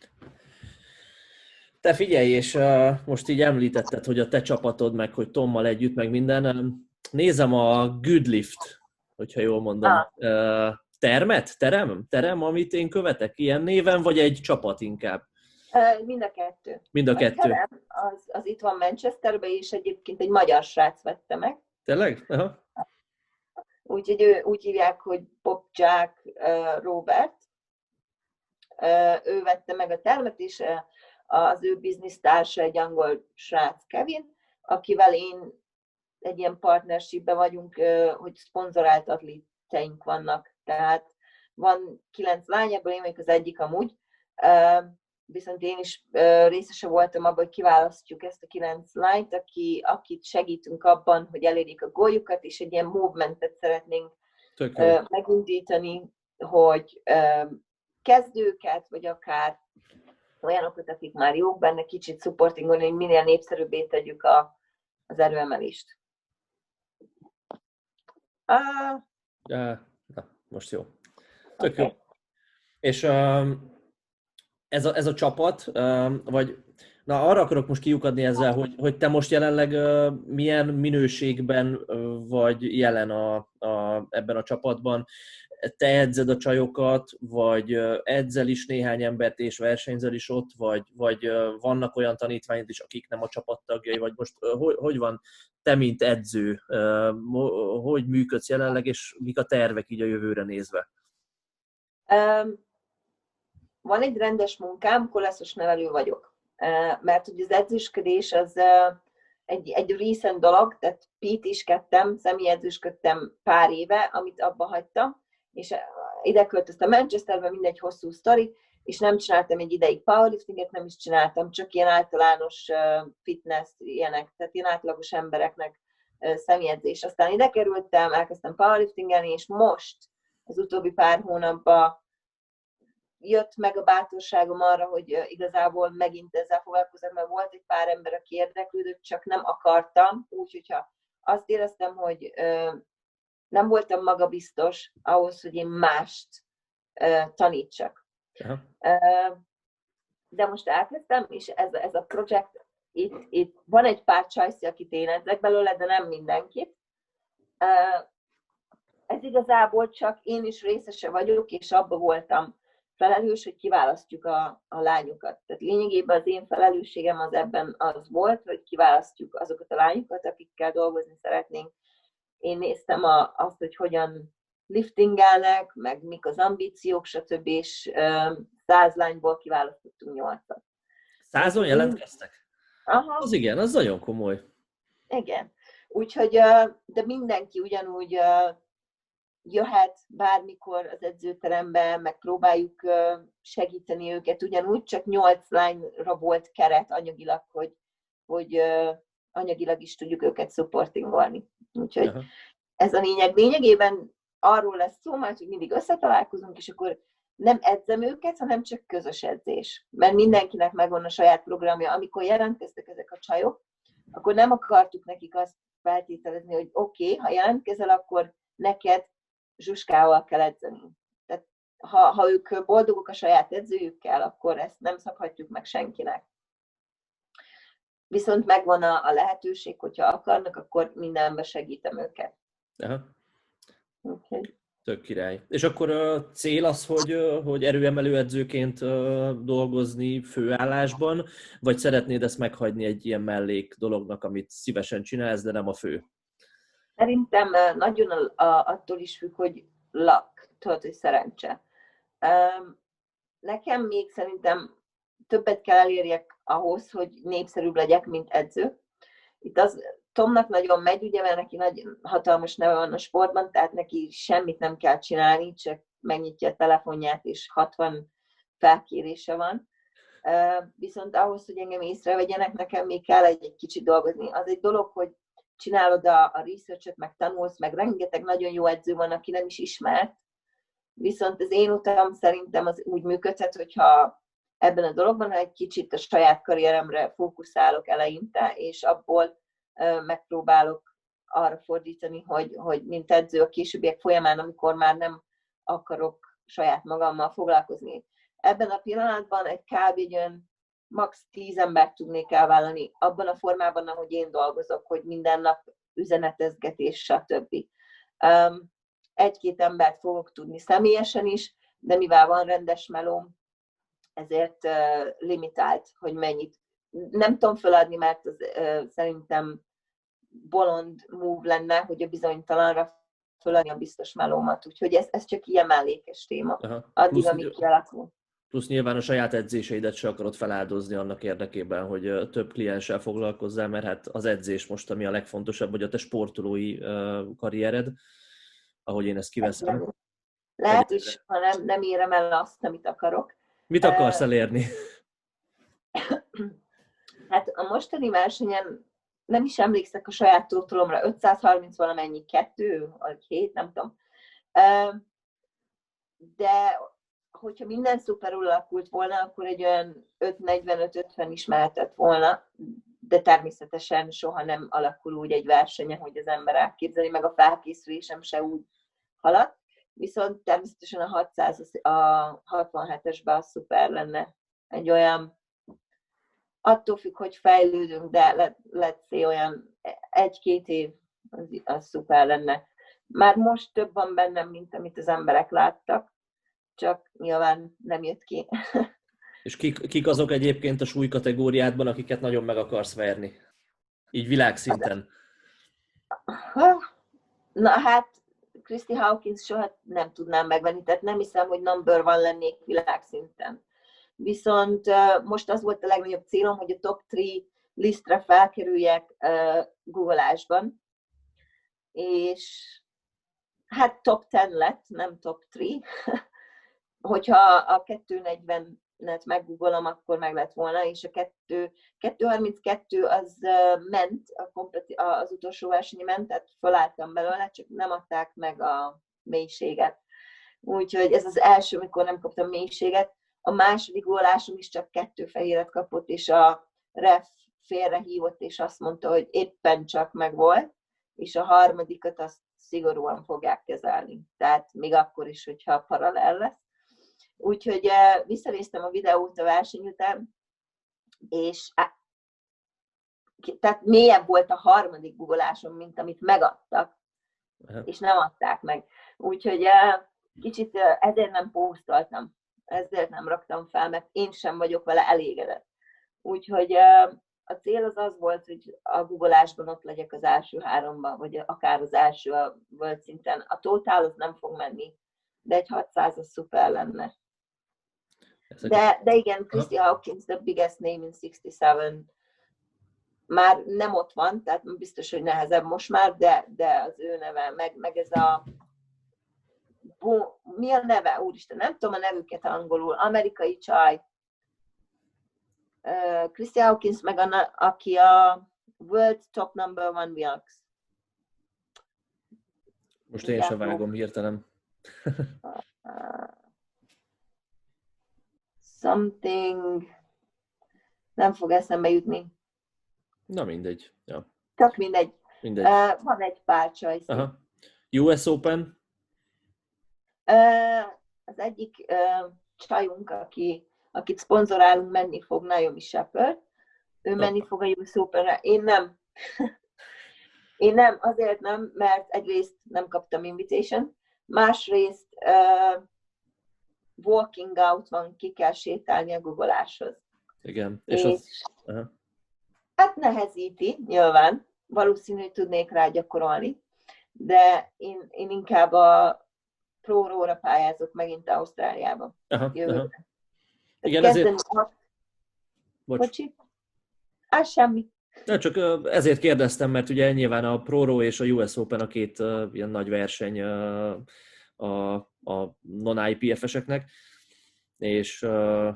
Te figyelj, és uh, most így említetted, hogy a te csapatod, meg hogy Tommal együtt, meg minden. Nézem a Goodlift, hogyha jól mondom. Ah. Uh, termet? Terem? Terem, amit én követek? Ilyen néven, vagy egy csapat inkább? Uh, mind a kettő. Mind a, a kettő. Terem, az, az itt van Manchesterben, és egyébként egy magyar srác vette meg. Tényleg? Aha. Úgyhogy ő úgy hívják, hogy Bob Jack uh, Robert. Uh, ő vette meg a termet, és uh, az ő biznisztársa egy angol srác, Kevin, akivel én egy ilyen partnershipben vagyunk, hogy szponzorált atléteink vannak. Tehát van kilenc lány, ebből én vagyok az egyik amúgy, viszont én is részese voltam abban, hogy kiválasztjuk ezt a kilenc lányt, aki, akit segítünk abban, hogy elérjék a góljukat, és egy ilyen movementet szeretnénk megindítani, hogy kezdőket, vagy akár olyanokat, akik már jók benne, kicsit supportingolni, hogy minél népszerűbbé tegyük a, az erőemelést. Ah. Ja, na, most jó. Tök okay. Jó. És um, ez, a, ez a csapat, um, vagy na arra akarok most kiukadni ezzel, hogy, hogy te most jelenleg uh, milyen minőségben uh, vagy jelen a, a, ebben a csapatban. Te edzed a csajokat, vagy edzel is néhány embert, és versenyzel is ott, vagy, vagy vannak olyan tanítványok is, akik nem a csapattagjai, vagy most hogy, hogy van te, mint edző, hogy működsz jelenleg, és mik a tervek így a jövőre nézve? Um, van egy rendes munkám, kolaszos nevelő vagyok, uh, mert ugye az edzősködés az uh, egy, egy recent dolog, tehát pé té-skedtem, személyedzősködtem pár éve, amit abba hagytam, és ide költöztem Manchesterbe, mindegy hosszú sztori, és nem csináltam egy ideig powerliftinget, nem is csináltam, csak ilyen általános fitness, ilyenek, tehát ilyen átlagos embereknek személyedzés. Aztán ide kerültem, elkezdtem powerliftingelni, és most, az utóbbi pár hónapban jött meg a bátorságom arra, hogy igazából megint ezzel foglalkozom, mert volt egy pár ember, aki érdeklődött, csak nem akartam, úgyhogy ha azt éreztem, hogy nem voltam magabiztos ahhoz, hogy én mást uh, tanítsak. Uh, de most elkezdtem, és ez, ez a projekt, itt, itt van egy pár csajszi, akit én edzek belőle, de nem mindenkit. Uh, ez igazából csak én is részese vagyok, és abba voltam felelős, hogy kiválasztjuk a, a lányokat. Tehát lényegében az én felelősségem az ebben az volt, hogy kiválasztjuk azokat a lányokat, akikkel dolgozni szeretnénk. Én néztem a, azt, hogy hogyan liftingelnek, meg mik az ambíciók, stb. És száz lányból kiválasztottunk nyolcat. Százon jelentkeztek? Aha. Az igen, az nagyon komoly. Igen. Úgyhogy, de mindenki ugyanúgy jöhet bármikor az edzőterembe, meg próbáljuk segíteni őket ugyanúgy, csak nyolc lányra volt keret anyagilag, hogy, hogy anyagilag is tudjuk őket supportingolni. Úgyhogy aha, ez a lényeg. Lényegében arról lesz szó, majd, hogy mindig összetalálkozunk, és akkor nem edzem őket, hanem csak közös edzés. Mert mindenkinek megvan a saját programja. Amikor jelentkeztek ezek a csajok, akkor nem akartuk nekik azt feltételezni, hogy oké, okay, ha jelentkezel, akkor neked Zsuskával kell edzeni. Tehát ha, ha ők boldogok a saját edzőjükkel, akkor ezt nem szabhatjuk meg senkinek. Viszont megvan a, a lehetőség, hogyha akarnak, akkor mindenben segítem őket. Aha. Okay. Tök király. És akkor a cél az, hogy, hogy erőemelő edzőként dolgozni főállásban, vagy szeretnéd ezt meghagyni egy ilyen mellék dolognak, amit szívesen csinálsz, de nem a fő? Szerintem nagyon a, a, attól is függ, hogy lak, tudod, hogy szerencse. Nekem még szerintem többet kell elérjek ahhoz, hogy népszerűbb legyek, mint edző. Itt az Tomnak nagyon megy, ugye, mert neki nagy, hatalmas neve van a sportban, tehát neki semmit nem kell csinálni, csak megnyitja a telefonját, és hatvan felkérése van. Viszont ahhoz, hogy engem észrevegyenek, nekem még kell egy, egy kicsit dolgozni. Az egy dolog, hogy csinálod a, a research-öt, meg tanulsz, meg rengeteg nagyon jó edző van, aki nem is ismert. Viszont az én utam szerintem az úgy működhet, hogyha ebben a dologban egy kicsit a saját karrieremre fókuszálok eleinte, és abból uh, megpróbálok arra fordítani, hogy, hogy mint edző a későbbiek folyamán, amikor már nem akarok saját magammal foglalkozni. Ebben a pillanatban egy kb. Olyan max. tíz embert tudnék elvállalni abban a formában, ahogy én dolgozok, hogy minden nap üzenetezgetés, stb. Um, egy-két embert fogok tudni személyesen is, de mivel van rendes melóm, ezért uh, limitált, hogy mennyit. Nem tudom feladni, mert az, uh, szerintem bolond move lenne, hogy a bizonytalanra feladni a biztos melómat. Úgyhogy ez, ez csak ilyen mellékes téma. Aha. Addig, plusz, amíg kialakul. Plusz nyilván a saját edzéseidet se akarod feláldozni annak érdekében, hogy több klienssel foglalkozzál, mert hát az edzés most, ami a legfontosabb, hogy a te sportolói karriered, ahogy én ezt kiveszem. Lehet, hogy ha nem, nem érem el azt, amit akarok. Mit akarsz elérni? Hát a mostani versenyen nem is emlékszek a saját tortolomra, ötszázharminc valamennyi, kettő, vagy hét, nem tudom. De hogyha minden szuperul alakult volna, akkor egy olyan öt-negyvenöt-ötven is mehetett volna, de természetesen soha nem alakul úgy egy versenye, hogy az ember elképzeli, meg a felkészülésem se úgy halad. Viszont természetesen a hatszáz, a hatvanhetesben az szuper lenne. Egy olyan, attól függ, hogy fejlődünk, de let's say olyan egy-két év, az, az szuper lenne. Már most több van bennem, mint amit az emberek láttak, csak nyilván nem jött ki. És kik, kik azok egyébként a súlykategóriádban, akiket nagyon meg akarsz verni? Így világszinten. Na hát, Christy Hawkins soha nem tudnám megvenni, tehát nem hiszem, hogy number van lennék világszinten. Viszont uh, most az volt a legnagyobb célom, hogy a top három lisztre felkerüljek uh, Google-ásban, és hát top tíz lett, nem top három. Hogyha a kétszáznegyvenet meggooglom, akkor meg lett volna, és a kétszázharminckettő az uh, ment, a kompeti- az utolsó versenyi ment, tehát felálltam belőle, csak nem adták meg a mélységet. Úgyhogy ez az első, amikor nem kaptam mélységet. A második gólásom is csak kettő fehéret kapott, és a ref félrehívott, és azt mondta, hogy éppen csak megvolt, és a harmadikat azt szigorúan fogják kezelni. Tehát még akkor is, hogyha paralel lesz. Úgyhogy uh, visszanéztem a videót a verseny után, és á, tehát mélyebb volt a harmadik guggolásom, mint amit megadtak, és nem adták meg. Úgyhogy uh, kicsit uh, ezért nem posztoltam. ezért nem raktam fel, mert én sem vagyok vele elégedett. Úgyhogy a cél az az volt, hogy a googolásban ott legyek az első háromban, vagy akár az első a world szinten. A totál az nem fog menni, de egy hatszáz az szuper lenne. De, de igen, Christy Hawkins, the biggest name in sixty-seven, már nem ott van, tehát biztos, hogy nehezebb most már, de, de az ő neve, meg, meg ez a... Mi a neve? Úristen, nem tudom a nevüket angolul. Amerikai csaj. Uh, Christy Hawkins, meg a, aki a World Top Number One Wilks. Most én sem vágom hirtelen. uh, something... Nem fog eszembe jutni. Na mindegy. Ja. Csak mindegy. mindegy. Uh, van egy pár csaj. u es Open? Uh, az egyik uh, csajunk, aki, akit szponzorálunk, menni fog, Naomi Shepard. Ő menni oh. fog a u es Openre. Én nem. Én nem, azért nem, mert egyrészt nem kaptam invitation, másrészt uh, walking out van, ki kell sétálni a googoláshoz. Igen. És, és az... uh-huh. Hát nehezíti, nyilván. Valószínű, hogy tudnék rá gyakorolni, de én, én inkább a Pro-ra pályázok megint Ausztráliába. Aha, aha. Igen, ezért... A... Bocsi? Á, semmi. De csak ezért kérdeztem, mert ugye nyilván a Pro és a u es Open a két uh, ilyen nagy verseny uh, a, a non-i pé ef-eseknek, és uh,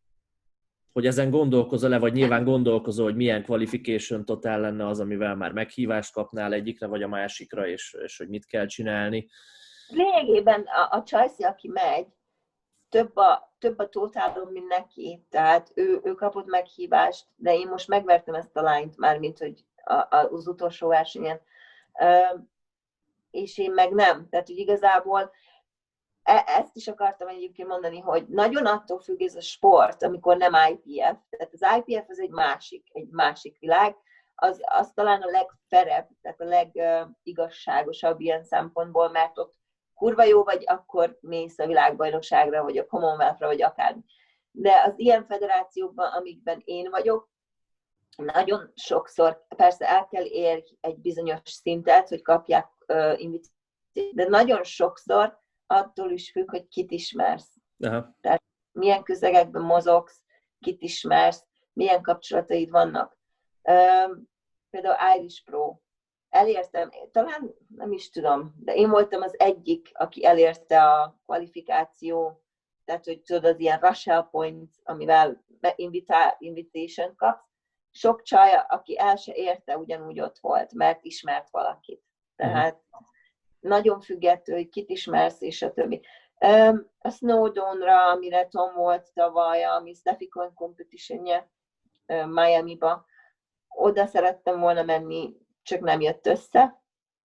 hogy ezen gondolkozol-e, vagy nyilván gondolkozol, hogy milyen qualification totál lenne az, amivel már meghívást kapnál egyikre vagy a másikra, és, és hogy mit kell csinálni. Lényegében a, a Csajci, aki megy, több a, több a totálon, mint neki, tehát ő, ő kapott meghívást, de én most megvertem ezt a lányt már, mint hogy a, a, az utolsó versenyen, uh, és én meg nem. Tehát, hogy igazából e, ezt is akartam egyébként mondani, hogy nagyon attól függ ez a sport, amikor nem i pé ef, tehát az i pé ef az egy másik, egy másik világ, az, az talán a legferebb, tehát a legigazságosabb uh, ilyen szempontból, mert ott kurva jó vagy, akkor mész a világbajnokságra, vagy a Commonwealth-ra, vagy akármi. De az ilyen federációkban, amikben én vagyok, nagyon sokszor, persze el kell érni egy bizonyos szintet, hogy kapják uh, invitációt, de nagyon sokszor attól is függ, hogy kit ismersz. Aha. Tehát milyen közegekben mozogsz, kit ismersz, milyen kapcsolataid vannak. Uh, például Irish Pro. Elértem, talán nem is tudom, de én voltam az egyik, aki elérte a kvalifikáció, tehát, hogy tudod, az ilyen Russell Points, amivel invitation kapsz. Sok csaj, aki el se érte, ugyanúgy ott volt, mert ismert valakit. Tehát mm. nagyon függető, hogy kit ismersz, és a többi. A Snowdon-ra, amire Tom volt tavaly, ami Steffi Competition-je Miami-ba, oda szerettem volna menni, csak nem jött össze,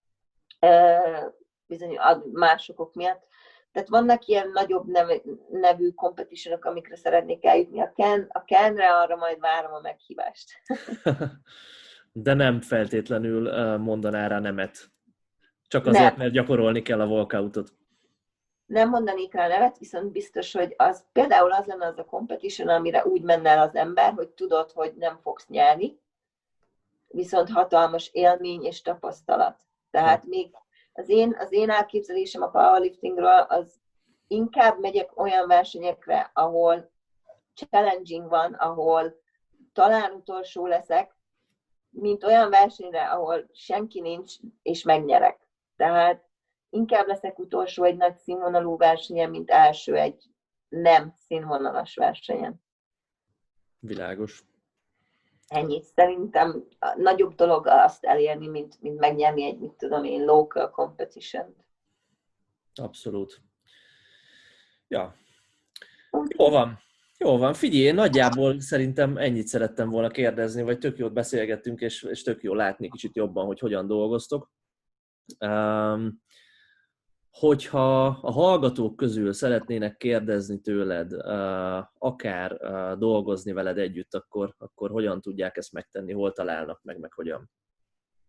bizony másokok miatt. Tehát vannak ilyen nagyobb nevű competitionok, amikre szeretnék eljutni. A Ken, a Kenre arra majd várom a meghívást. De nem feltétlenül mondaná rá nemet. Csak azért, nem. Mert gyakorolni kell a walkoutot. Nem mondanék rá nevet, viszont biztos, hogy az, például az lenne az a competition, amire úgy menne el az ember, hogy tudod, hogy nem fogsz nyerni, viszont hatalmas élmény és tapasztalat. Tehát még az én, az én elképzelésem a powerliftingről az inkább megyek olyan versenyekre, ahol challenging van, ahol talán utolsó leszek, mint olyan versenyre, ahol senki nincs, és megnyerek. Tehát inkább leszek utolsó egy nagy színvonalú versenyen, mint első egy nem színvonalas versenyen. Világos. Ennyi. Szerintem a nagyobb dolog azt elérni, mint, mint megnyerni egy, mit tudom én, local competition-t. Abszolút. Ja. Jó van. Jó van. Figyelj, én nagyjából szerintem ennyit szerettem volna kérdezni, vagy tök jót beszélgettünk, és, és tök jó látni kicsit jobban, hogy hogyan dolgoztok. Um, hogyha a hallgatók közül szeretnének kérdezni tőled, uh, akár uh, dolgozni veled együtt, akkor, akkor hogyan tudják ezt megtenni, hol találnak meg, meg hogyan?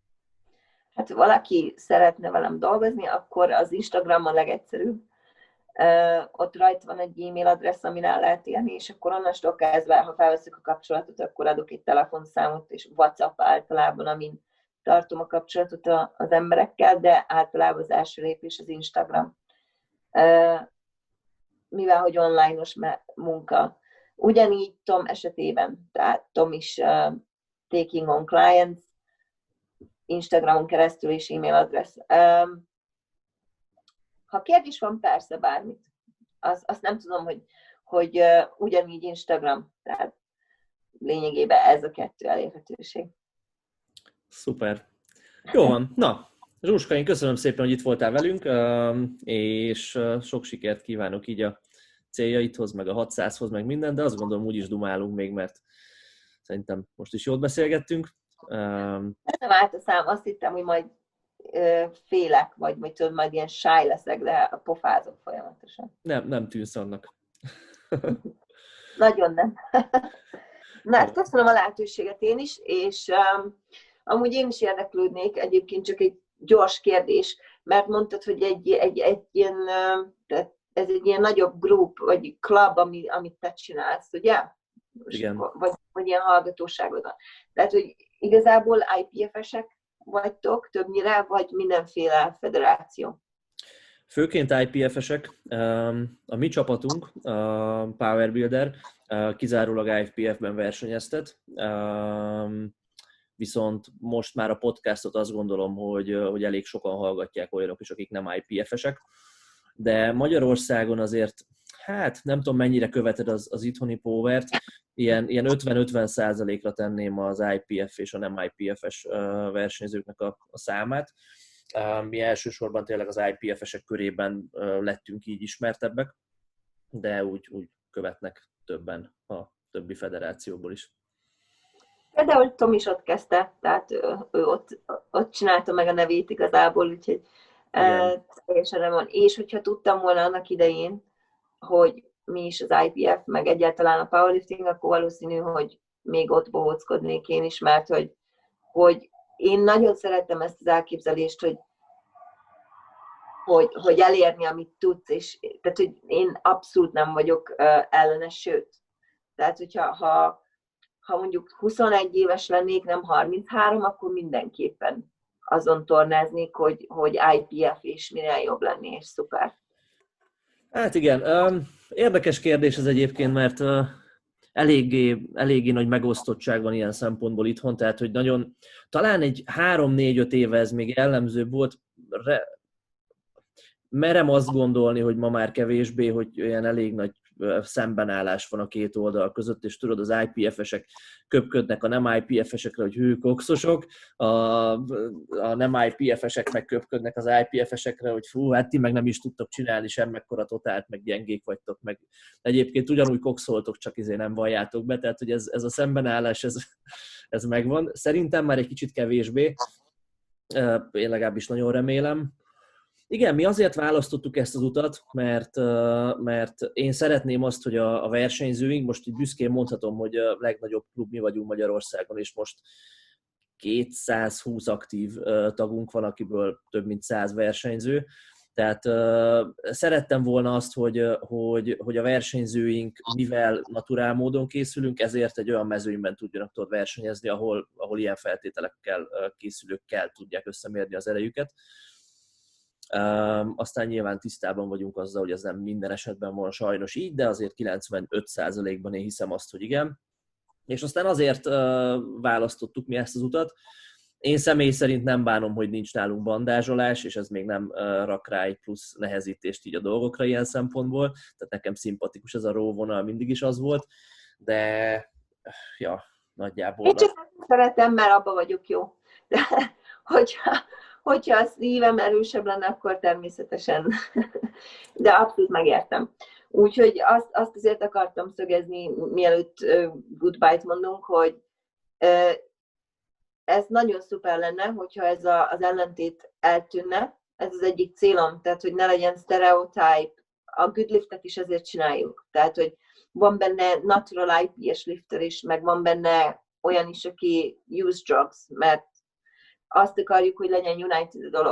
Hát ha valaki szeretne velem dolgozni, akkor az Instagram a legegyszerűbb. Uh, ott rajta van egy e-mail adressz, amin el lehet élni, és akkor onnastól kezdve, ha felveszük a kapcsolatot, akkor adok egy telefonszámot, és WhatsApp általában, amin tartom a kapcsolatot a, az emberekkel, de általában az első lépés az Instagram. Uh, mivel, hogy online-os munka. Ugyanígy Tom esetében, tehát Tom is uh, taking on clients, Instagramon keresztül és e-mail adressz. Um, ha kérdés van, persze bármit. Azt, azt nem tudom, hogy, hogy uh, ugyanígy Instagram, tehát lényegében ez a kettő elérhetőség. Szuper. Jó van. Na, Zsuzska, én köszönöm szépen, hogy itt voltál velünk, és sok sikert kívánok így a céljaidhoz, meg a hatszázhoz, meg minden, de azt gondolom, úgyis dumálunk még, mert szerintem most is jót beszélgettünk. Nem állt a szám, azt hittem, hogy majd ö, félek, vagy, vagy tudod, majd ilyen shy leszek, de pofázok folyamatosan. Nem, nem tűnsz annak. Nagyon nem. Na, hát köszönöm a lehetőséget én is, és um, amúgy én is érdeklődnék, egyébként csak egy gyors kérdés, mert mondtad, hogy egy, egy, egy ilyen, uh, ez egy ilyen nagyobb group, vagy club, ami, amit te csinálsz, ugye? Igen. Vagy, vagy ilyen hallgatóságod van. Tehát, hogy igazából I P F-esek vagytok többnyire, vagy mindenféle federáció? Főként I P F-esek. A mi csapatunk, a Power Builder, kizárólag I P F-ben versenyeztet. Viszont most már a podcastot azt gondolom, hogy, hogy elég sokan hallgatják olyanok is, akik nem I P F-esek. De Magyarországon azért, hát nem tudom mennyire követed az, az itthoni Powert, ilyen, ilyen ötven-ötven százalékra tenném az I P F és a nem I P F-es versenyzőknek a, a számát. Mi elsősorban tényleg az I P F-esek körében lettünk így ismertebbek, de úgy, úgy követnek többen a többi federációból is. Például Tom is ott kezdte, tehát ő, ő ott, ott csinálta meg a nevét igazából, úgyhogy teljesen nem van. És hogyha tudtam volna annak idején, hogy mi is az I P F, meg egyáltalán a powerlifting, akkor valószínű, hogy még ott bohóckodnék én is, mert hogy, hogy én nagyon szeretem ezt az elképzelést, hogy, hogy, hogy elérni, amit tudsz, és tehát, hogy én abszolút nem vagyok uh, ellenes, sőt. Tehát, hogyha ha, ha mondjuk huszonegy éves lennék, nem harminchárom, akkor mindenképpen azon tornáznék, hogy, hogy I P F és minél jobb lenni, és szuper. Hát igen, érdekes kérdés ez egyébként, mert eléggé, eléggé nagy megosztottság van ilyen szempontból itthon, tehát hogy nagyon, talán egy három-négy-öt éve ez még jellemzőbb volt, Re, merem azt gondolni, hogy ma már kevésbé, hogy olyan elég nagy szembenállás van a két oldal között, és tudod, az I P F-esek köpködnek a nem I P F-esekre, hogy hű, kokszosok, a, a nem I P F-esek meg köpködnek az I P F-esekre, hogy fú, hát ti meg nem is tudtok csinálni semmekkora totált, meg gyengék vagytok, meg egyébként ugyanúgy kokszoltok, csak izé nem valljátok be, tehát hogy ez, ez a szembenállás, ez, ez megvan. Szerintem már egy kicsit kevésbé, én legalábbis nagyon remélem. Igen, mi azért választottuk ezt az utat, mert, mert én szeretném azt, hogy a versenyzőink, most így büszkén mondhatom, hogy a legnagyobb klub mi vagyunk Magyarországon, és most kétszázhúsz aktív tagunk van, akiből több mint száz versenyző. Tehát szerettem volna azt, hogy, hogy, hogy a versenyzőink, mivel naturál módon készülünk, ezért egy olyan mezőnyben tudjanak tudod versenyezni, ahol, ahol ilyen feltételekkel készülőkkel tudják összemérni az erejüket. Um, aztán nyilván tisztában vagyunk azzal, hogy ez nem minden esetben van sajnos így, de azért kilencvenöt százalékban én hiszem azt, hogy igen. És aztán azért uh, választottuk mi ezt az utat. Én személy szerint nem bánom, hogy nincs nálunk bandázsolás, és ez még nem uh, rak rá egy plusz nehezítést így a dolgokra ilyen szempontból. Tehát nekem szimpatikus ez a raw vonal, mindig is az volt, de ja, nagyjából... Én csak szeretem, mert abba vagyok jó. De hogyha... Hogyha a szívem erősebb lenne, akkor természetesen, de abszolút megértem. Úgyhogy azt, azt azért akartam szögezni, mielőtt uh, goodbye-t mondunk, hogy uh, ez nagyon szuper lenne, hogyha ez a, az ellentét eltűnne. Ez az egyik célom, tehát hogy ne legyen stereotype. A good liftet is ezért csináljuk. Tehát, hogy van benne natural I P S lifter is, meg van benne olyan is, aki use drugs, mert azt akarjuk, hogy legyen United a dolog.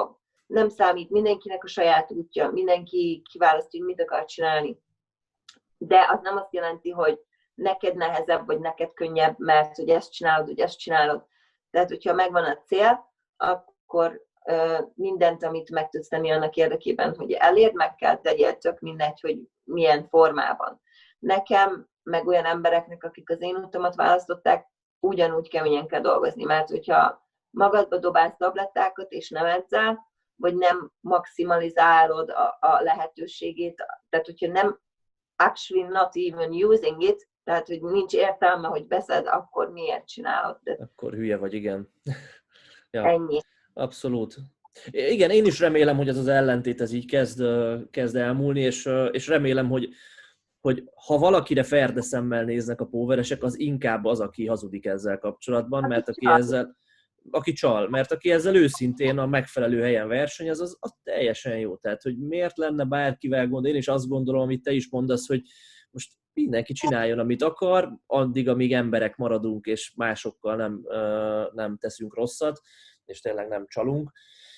nem számít, mindenkinek a saját útja, mindenki kiválasztja, hogy mit akar csinálni. De az nem azt jelenti, hogy neked nehezebb, vagy neked könnyebb, mert hogy ezt csinálod, vagy ezt csinálod. Tehát, hogyha megvan a cél, akkor mindent, amit meg tudsz tenni annak érdekében, hogy elérd, meg kell tegyél, tök mindegy, hogy milyen formában. Nekem, meg olyan embereknek, akik az én utamat választották, ugyanúgy keményen kell dolgozni, mert hogyha magadba dobálsz tablettákat, és nem edzel, vagy nem maximalizálod a, a lehetőségét, tehát hogyha nem actually not even using it, tehát hogy nincs értelme, hogy veszed, akkor miért csinálod? De akkor hülye vagy, igen. Ja, ennyi. Abszolút. Igen, én is remélem, hogy ez az ellentét ez így kezd, kezd elmúlni, és, és remélem, hogy, hogy ha valakire ferde szemmel néznek a póveresek, az inkább az, aki hazudik ezzel kapcsolatban, mert aki ezzel, aki csal, mert aki ezzel őszintén a megfelelő helyen versenyez, az, az teljesen jó. Tehát, hogy miért lenne bárkivel gond, én is azt gondolom, amit te is mondasz, hogy most mindenki csináljon, amit akar, addig, amíg emberek maradunk, és másokkal nem, nem teszünk rosszat, és tényleg nem csalunk.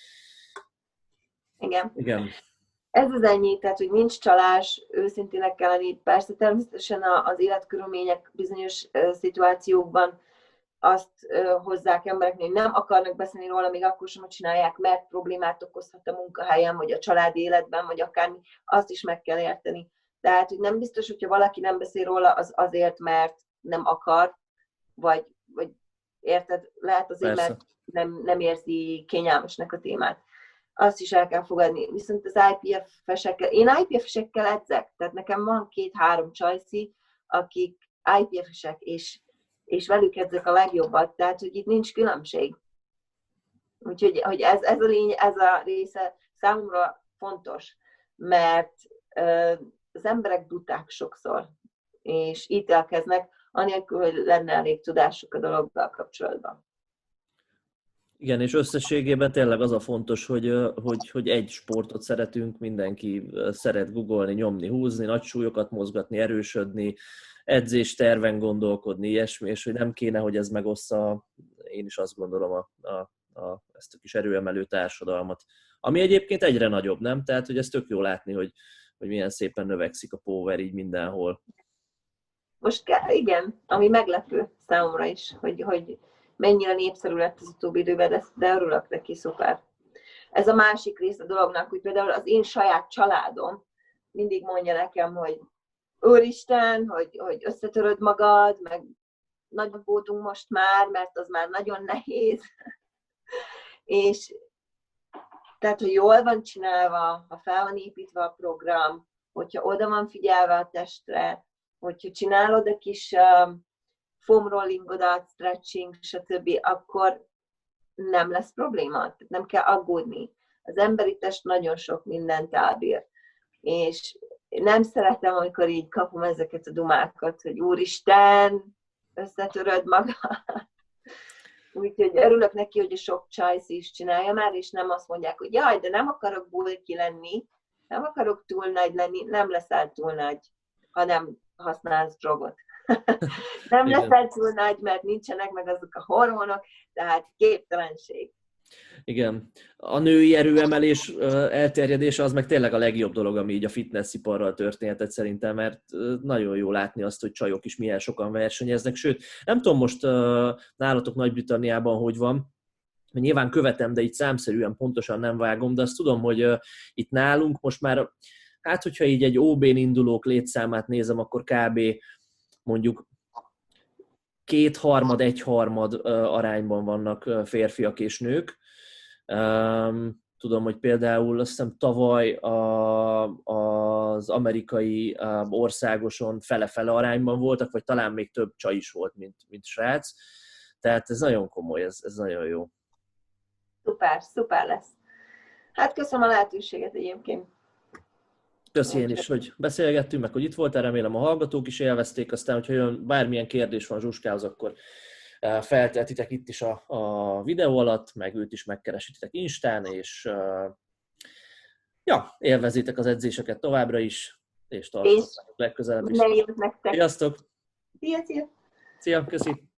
Igen. Igen. Ez az ennyi, tehát, hogy nincs csalás, őszintének kell lenni. Persze természetesen az életkörülmények bizonyos szituációkban azt hozzák embereknek, hogy nem akarnak beszélni róla, még akkor sem csinálják, mert problémát okozhat a munkahelyen, vagy a családi életben, vagy akármi, azt is meg kell érteni. Tehát, hogy nem biztos, hogyha valaki nem beszél róla, az azért, mert nem akar, vagy, vagy érted, lehet azért, Persze. mert nem, nem érzi kényelmesnek a témát. Azt is el kell fogadni. Viszont az I P F-esekkel, én I P F-esekkel edzek, tehát nekem van két-három csajszi, akik I P F-esek, és, és velük edzek a legjobbat, tehát, hogy itt nincs különbség. Úgyhogy hogy ez, ez, a lény, ez a része számomra fontos, mert uh, az emberek buták sokszor, és ítélkeznek, anélkül, hogy lenne elég tudásuk a dologgal kapcsolatban. Igen, és összességében tényleg az a fontos, hogy, hogy, hogy egy sportot szeretünk, mindenki szeret googolni, nyomni, húzni, nagy súlyokat mozgatni, erősödni, edzésterven gondolkodni, ilyesmi, és hogy nem kéne, hogy ez megossza, én is azt gondolom, a, a, a, ezt a kis erőemelő társadalmat. Ami egyébként egyre nagyobb, nem? Tehát, hogy ez tök jó látni, hogy, hogy milyen szépen növekszik a power így mindenhol. Most igen, ami meglepő számomra is, hogy, hogy mennyire népszerű lett az utóbbi időben, de, de örülök neki, szuper. Ez a másik rész a dolognak, hogy például az én saját családom mindig mondja nekem, hogy Úristen, hogy, hogy összetöröd magad, meg nagyot voltunk most már, mert az már nagyon nehéz. És tehát, hogy jól van csinálva, ha fel van építve a program, hogyha oda van figyelve a testre, hogyha csinálod a kis um, foam rollingodat, stretching, stb., akkor nem lesz probléma, tehát nem kell aggódni. Az emberi test nagyon sok mindent elbír. És nem szeretem, amikor így kapom ezeket a dumákat, hogy Úristen, összetöröd magad. Úgyhogy örülök neki, hogy a sok csajsz is csinálja már, és nem azt mondják, hogy jaj, de nem akarok bulki lenni, nem akarok túl nagy lenni, nem leszel túl nagy, ha nem használsz drogot. Nem leszel túl nagy, mert nincsenek meg azok a hormonok, tehát képtelenség. Igen. A női erőemelés elterjedése az meg tényleg a legjobb dolog, ami így a fitnessiparral történhetett szerintem, mert nagyon jó látni azt, hogy csajok is milyen sokan versenyeznek. Sőt, nem tudom most nálatok Nagy-Britanniában hogy van, nyilván követem, de így számszerűen pontosan nem vágom, de azt tudom, hogy itt nálunk most már, hát hogyha így egy ó bén indulók létszámát nézem, akkor kb. Mondjuk kétharmad, egyharmad arányban vannak férfiak és nők. Tudom, hogy például azt hiszem tavaly a, az amerikai országoson fele-fele arányban voltak, vagy talán még több csaj is volt, mint, mint srác. Tehát ez nagyon komoly, ez, ez nagyon jó. Szuper, szuper lesz. Hát köszönöm a lehetőséget egyébként. Köszi én is, hogy beszélgettünk, meg hogy itt voltál, remélem a hallgatók is élvezték, aztán, hogyha jön bármilyen kérdés van Zsuskához, akkor feltehetitek itt is a, a videó alatt, meg őt is megkeresitek Instán, és ja, élvezzétek az edzéseket továbbra is, és tartsatok legközelebb is. Minden jót nektek. Sziasztok! Szia, szia! Szia, köszi!